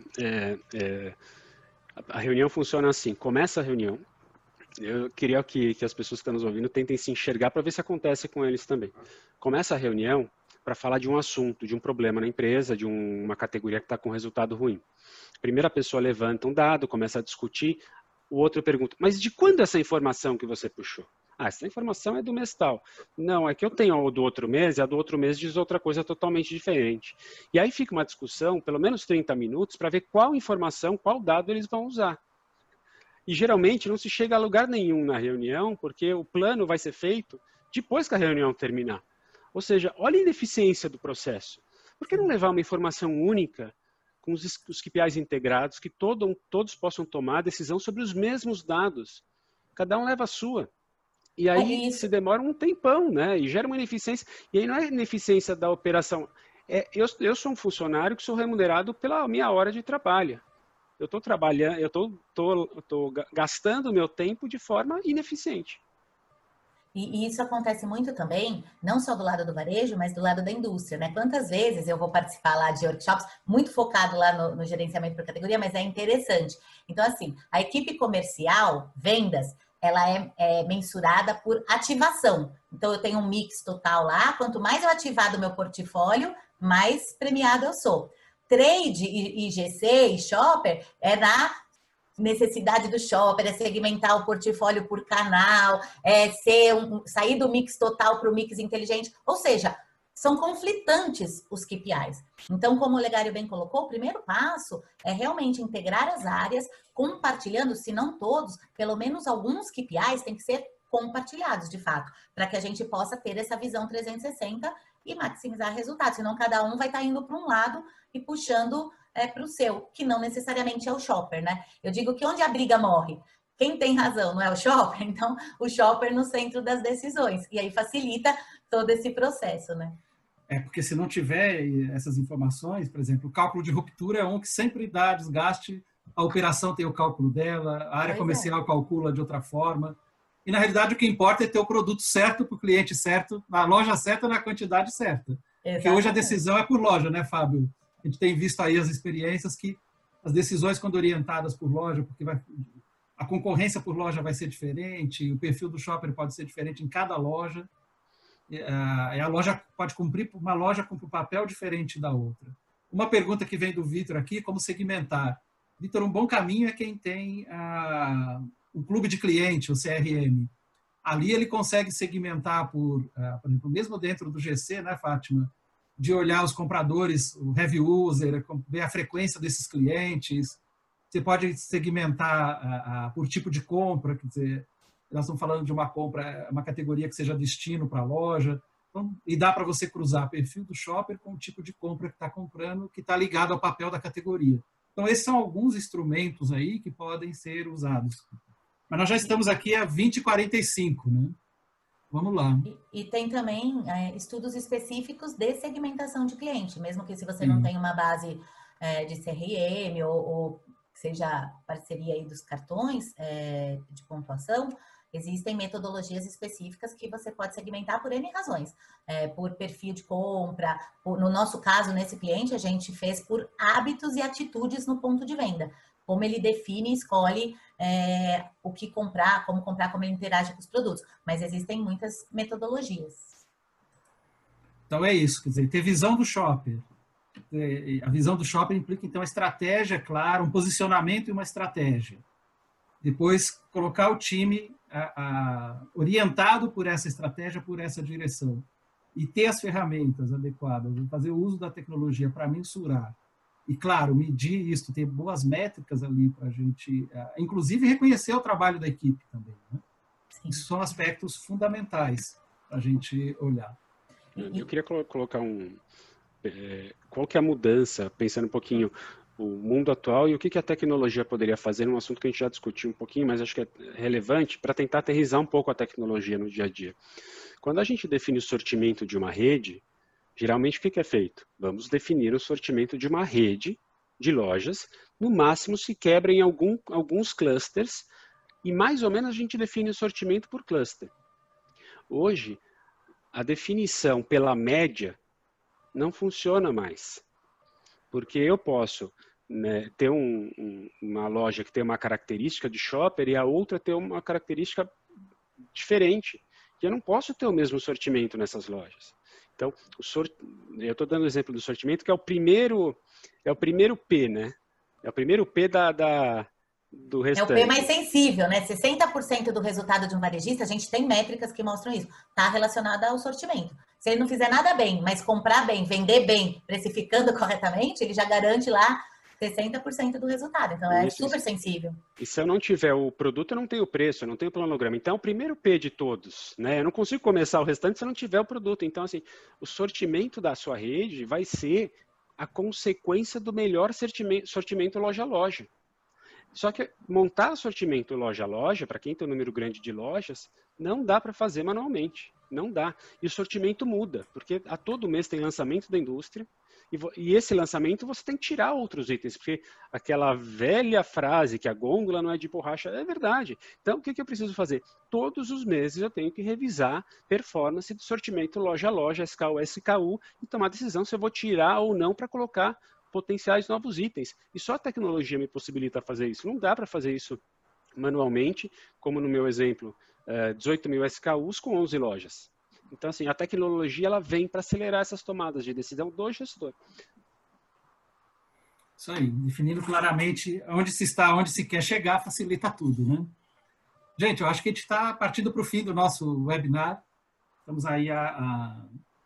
A reunião funciona assim, começa a reunião, eu queria que as pessoas que estão nos ouvindo tentem se enxergar para ver se acontece com eles também. Começa a reunião para falar de um assunto, de um problema na empresa, de uma categoria que está com resultado ruim. A primeira pessoa levanta um dado, começa a discutir, o outro pergunta, mas de quando essa informação que você puxou? Essa informação é do mês tal. Não, é que eu tenho a do outro mês e a do outro mês diz outra coisa totalmente diferente. E aí fica uma discussão, pelo menos 30 minutos, para ver qual informação, qual dado eles vão usar. E geralmente não se chega a lugar nenhum na reunião, porque o plano vai ser feito depois que a reunião terminar. Ou seja, olha a ineficiência do processo. Por que não levar uma informação única, com os KPIs integrados, que todos possam tomar a decisão sobre os mesmos dados? Cada um leva a sua. E aí se demora um tempão, né? E gera uma ineficiência. E aí não é ineficiência da operação. Eu sou um funcionário que sou remunerado pela minha hora de trabalho. Eu estou trabalhando, eu estou gastando o meu tempo de forma ineficiente. E isso acontece muito também, não só do lado do varejo, mas do lado da indústria, né? Quantas vezes eu vou participar lá de workshops, muito focado lá no gerenciamento por categoria, mas é interessante. Então, assim, a equipe comercial, vendas, ela é mensurada por ativação. Então, eu tenho um mix total lá, quanto mais eu ativar do meu portfólio, mais premiado eu sou. Trade e GC e shopper é na necessidade do shopper, é segmentar o portfólio por canal, sair do mix total para o mix inteligente. Ou seja, são conflitantes os KPIs. Então, como o Legário bem colocou, o primeiro passo é realmente integrar as áreas, compartilhando, se não todos, pelo menos alguns KPIs têm que ser compartilhados, de fato, para que a gente possa ter essa visão 360 e maximizar resultados. Senão, cada um vai estar indo para um lado e puxando para o seu, que não necessariamente é o shopper, né? Eu digo que onde a briga morre, quem tem razão não é o shopper, então o shopper no centro das decisões. E aí facilita todo esse processo, né? Porque se não tiver essas informações, por exemplo, o cálculo de ruptura é um que sempre dá desgaste, a operação tem o cálculo dela, a área comercial calcula de outra forma. E, na realidade, o que importa é ter o produto certo para o cliente certo, na loja certa, na quantidade certa. Exatamente. Porque hoje a decisão é por loja, né, Fábio? A gente tem visto aí as experiências que as decisões, quando orientadas por loja, porque a concorrência por loja vai ser diferente, o perfil do shopper pode ser diferente em cada loja, a loja pode cumprir, uma loja cumpre um papel diferente da outra. Uma pergunta que vem do Vitor aqui, como segmentar? Vitor, um bom caminho é quem tem o clube de cliente, o CRM. Ali ele consegue segmentar por exemplo, mesmo dentro do GC, né, Fátima? De olhar os compradores, o heavy user, ver a frequência desses clientes. Você pode segmentar por tipo de compra, quer dizer, nós estamos falando de uma compra, uma categoria que seja destino para a loja. Então, e dá para você cruzar perfil do shopper com o tipo de compra que está comprando, que está ligado ao papel da categoria. Então, esses são alguns instrumentos aí que podem ser usados. Mas nós já estamos aqui a 20h45, né? Vamos lá. E tem também estudos específicos de segmentação de cliente, mesmo que se você não tem uma base de CRM ou seja parceria aí dos cartões de pontuação, existem metodologias específicas que você pode segmentar por N razões, por perfil de compra. No nosso caso, nesse cliente, a gente fez por hábitos e atitudes no ponto de venda. Como ele define e escolhe o que comprar, como ele interage com os produtos. Mas existem muitas metodologias. Então é isso, quer dizer, ter visão do shopper. A visão do shopper implica, então, a estratégia, claro, um posicionamento e uma estratégia. Depois, colocar o time orientado por essa estratégia, por essa direção. E ter as ferramentas adequadas, fazer o uso da tecnologia para mensurar. E, claro, medir isso, ter boas métricas ali para a gente, inclusive, reconhecer o trabalho da equipe também. Né? Isso são aspectos fundamentais para a gente olhar. Eu queria colocar qual que é a mudança, pensando um pouquinho o mundo atual e o que a tecnologia poderia fazer, um assunto que a gente já discutiu um pouquinho, mas acho que é relevante para tentar aterrissar um pouco a tecnologia no dia a dia. Quando a gente define o sortimento de uma rede, geralmente, o que é feito? Vamos definir o sortimento de uma rede de lojas, no máximo se quebra em alguns clusters, e mais ou menos a gente define o sortimento por cluster. Hoje, a definição pela média não funciona mais, porque eu posso ter uma loja que tem uma característica de shopper e a outra ter uma característica diferente, e eu não posso ter o mesmo sortimento nessas lojas. Então, eu estou dando o exemplo do sortimento, que é o primeiro P, né? É o primeiro P do restante. É o P mais sensível, né? 60% do resultado de um varejista, a gente tem métricas que mostram isso, está relacionado ao sortimento. Se ele não fizer nada bem, mas comprar bem, vender bem, precificando corretamente, ele já garante lá 60% do resultado. Então, é super sensível. E se eu não tiver o produto, eu não tenho o preço, eu não tenho o planograma. Então, é o primeiro P de todos, né? Eu não consigo começar o restante se eu não tiver o produto. Então, assim, o sortimento da sua rede vai ser a consequência do melhor sortimento loja a loja. Só que montar sortimento loja a loja, para quem tem um número grande de lojas, não dá para fazer manualmente. Não dá. E o sortimento muda, porque a todo mês tem lançamento da indústria, e esse lançamento você tem que tirar outros itens, porque aquela velha frase que a gôndola não é de borracha é verdade. Então, o que eu preciso fazer? Todos os meses eu tenho que revisar performance do sortimento loja a loja, SKU, SKU, e tomar decisão se eu vou tirar ou não para colocar potenciais novos itens. E só a tecnologia me possibilita fazer isso. Não dá para fazer isso manualmente, como no meu exemplo, 18 mil SKUs com 11 lojas. Então, assim, a tecnologia ela vem para acelerar essas tomadas de decisão do gestor. Isso aí, definindo claramente onde se está, onde se quer chegar, facilita tudo, né? Gente, eu acho que a gente está partindo para o fim do nosso webinar. Estamos aí a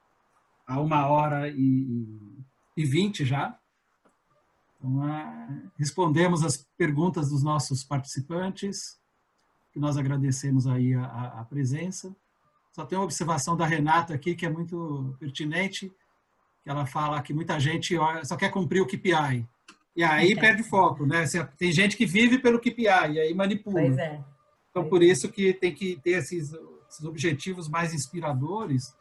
1h20 já. Então, respondemos as perguntas dos nossos participantes, que nós agradecemos aí a presença. Só tem uma observação da Renata aqui, que é muito pertinente, que ela fala que muita gente só quer cumprir o KPI. E aí perde foco, né? Tem gente que vive pelo KPI, e aí manipula. Pois é. Então, por isso que tem que ter esses objetivos mais inspiradores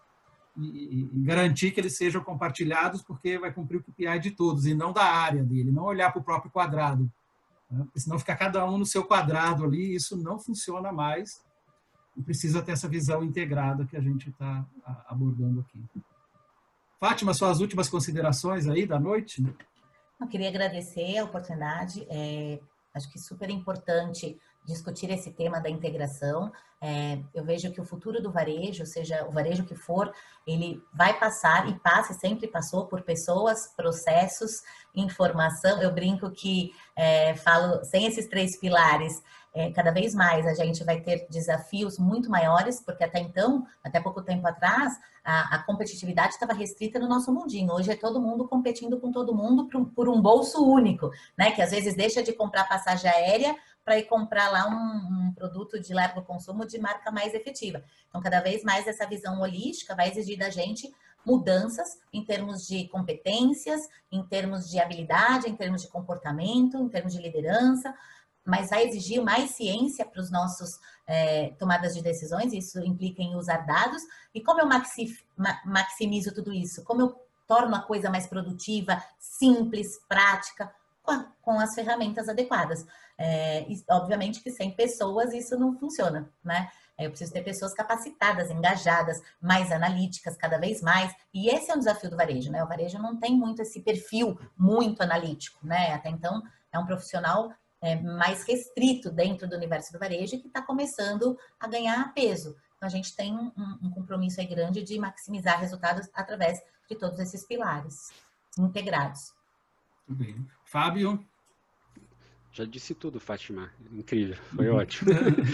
e garantir que eles sejam compartilhados, porque vai cumprir o KPI de todos, e não da área dele, não olhar para o próprio quadrado. Né? Porque senão fica cada um no seu quadrado ali, e isso não funciona mais. E precisa ter essa visão integrada que a gente está abordando aqui. Fátima, suas últimas considerações aí da noite? Eu queria agradecer a oportunidade. Acho que é super importante discutir esse tema da integração. Eu vejo que o futuro do varejo, seja o varejo que for, ele vai passar e passa, sempre passou por pessoas, processos, informação. Eu brinco que falo, sem esses 3 pilares, cada vez mais a gente vai ter desafios muito maiores, porque até então, até pouco tempo atrás, a competitividade estava restrita no nosso mundinho. Hoje é todo mundo competindo com todo mundo por um bolso único, né? Que às vezes deixa de comprar passagem aérea para ir comprar lá um produto de largo consumo de marca mais efetiva. Então, cada vez mais essa visão holística vai exigir da gente mudanças em termos de competências, em termos de habilidade, em termos de comportamento, em termos de liderança, mas vai exigir mais ciência para os nossos tomadas de decisões. Isso implica em usar dados. E como eu maximizo tudo isso? Como eu torno a coisa mais produtiva, simples, prática, com as ferramentas adequadas? E, obviamente que sem pessoas isso não funciona, né? Eu preciso ter pessoas capacitadas, engajadas, mais analíticas cada vez mais. E esse é um desafio do varejo, né? O varejo não tem muito esse perfil muito analítico, né? Até então é um profissional mais restrito dentro do universo do varejo e que está começando a ganhar peso. Então, a gente tem um compromisso aí grande de maximizar resultados através de todos esses pilares integrados. Muito bem. Fábio? Já disse tudo, Fátima. Incrível, foi ótimo.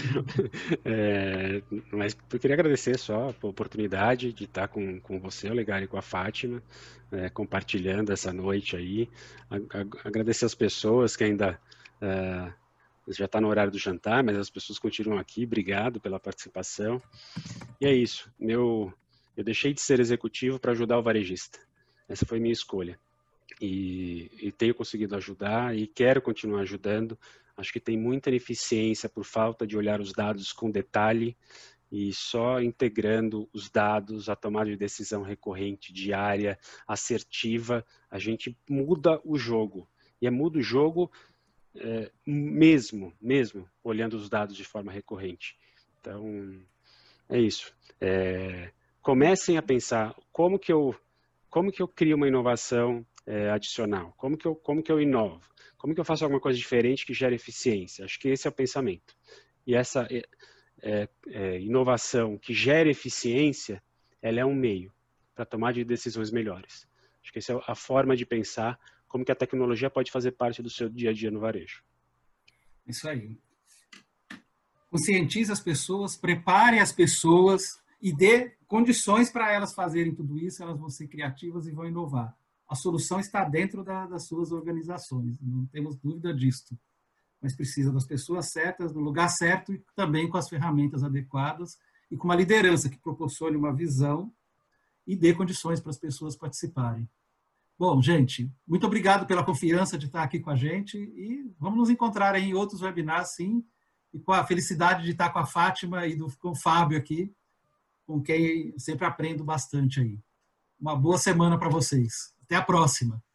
Mas eu queria agradecer só a oportunidade de estar com você, Olegário, e com a Fátima, compartilhando essa noite aí. Agradecer as pessoas que ainda... já está no horário do jantar, mas as pessoas continuam aqui. Obrigado pela participação. E é isso. Eu deixei de ser executivo para ajudar o varejista. Essa foi minha escolha. E tenho conseguido ajudar e quero continuar ajudando. Acho que tem muita ineficiência por falta de olhar os dados com detalhe, e só integrando os dados, a tomada de decisão recorrente, diária, assertiva, a gente muda o jogo. E muda o jogo mesmo olhando os dados de forma recorrente. Então, é isso. Comecem a pensar como que eu crio uma inovação adicional, como que eu inovo, como que eu faço alguma coisa diferente que gere eficiência. Acho que esse é o pensamento. E essa inovação que gera eficiência, ela é um meio para tomar de decisões melhores. Acho que essa é a forma de pensar como que a tecnologia pode fazer parte do seu dia a dia no varejo. Isso aí. Conscientize as pessoas, prepare as pessoas e dê condições para elas fazerem tudo isso, elas vão ser criativas e vão inovar. A solução está dentro das suas organizações, não temos dúvida disso. Mas precisa das pessoas certas, no lugar certo e também com as ferramentas adequadas e com uma liderança que proporcione uma visão e dê condições para as pessoas participarem. Bom, gente, muito obrigado pela confiança de estar aqui com a gente e vamos nos encontrar em outros webinars, sim, e com a felicidade de estar com a Fátima e com o Fábio aqui, com quem eu sempre aprendo bastante aí. Uma boa semana para vocês. Até a próxima.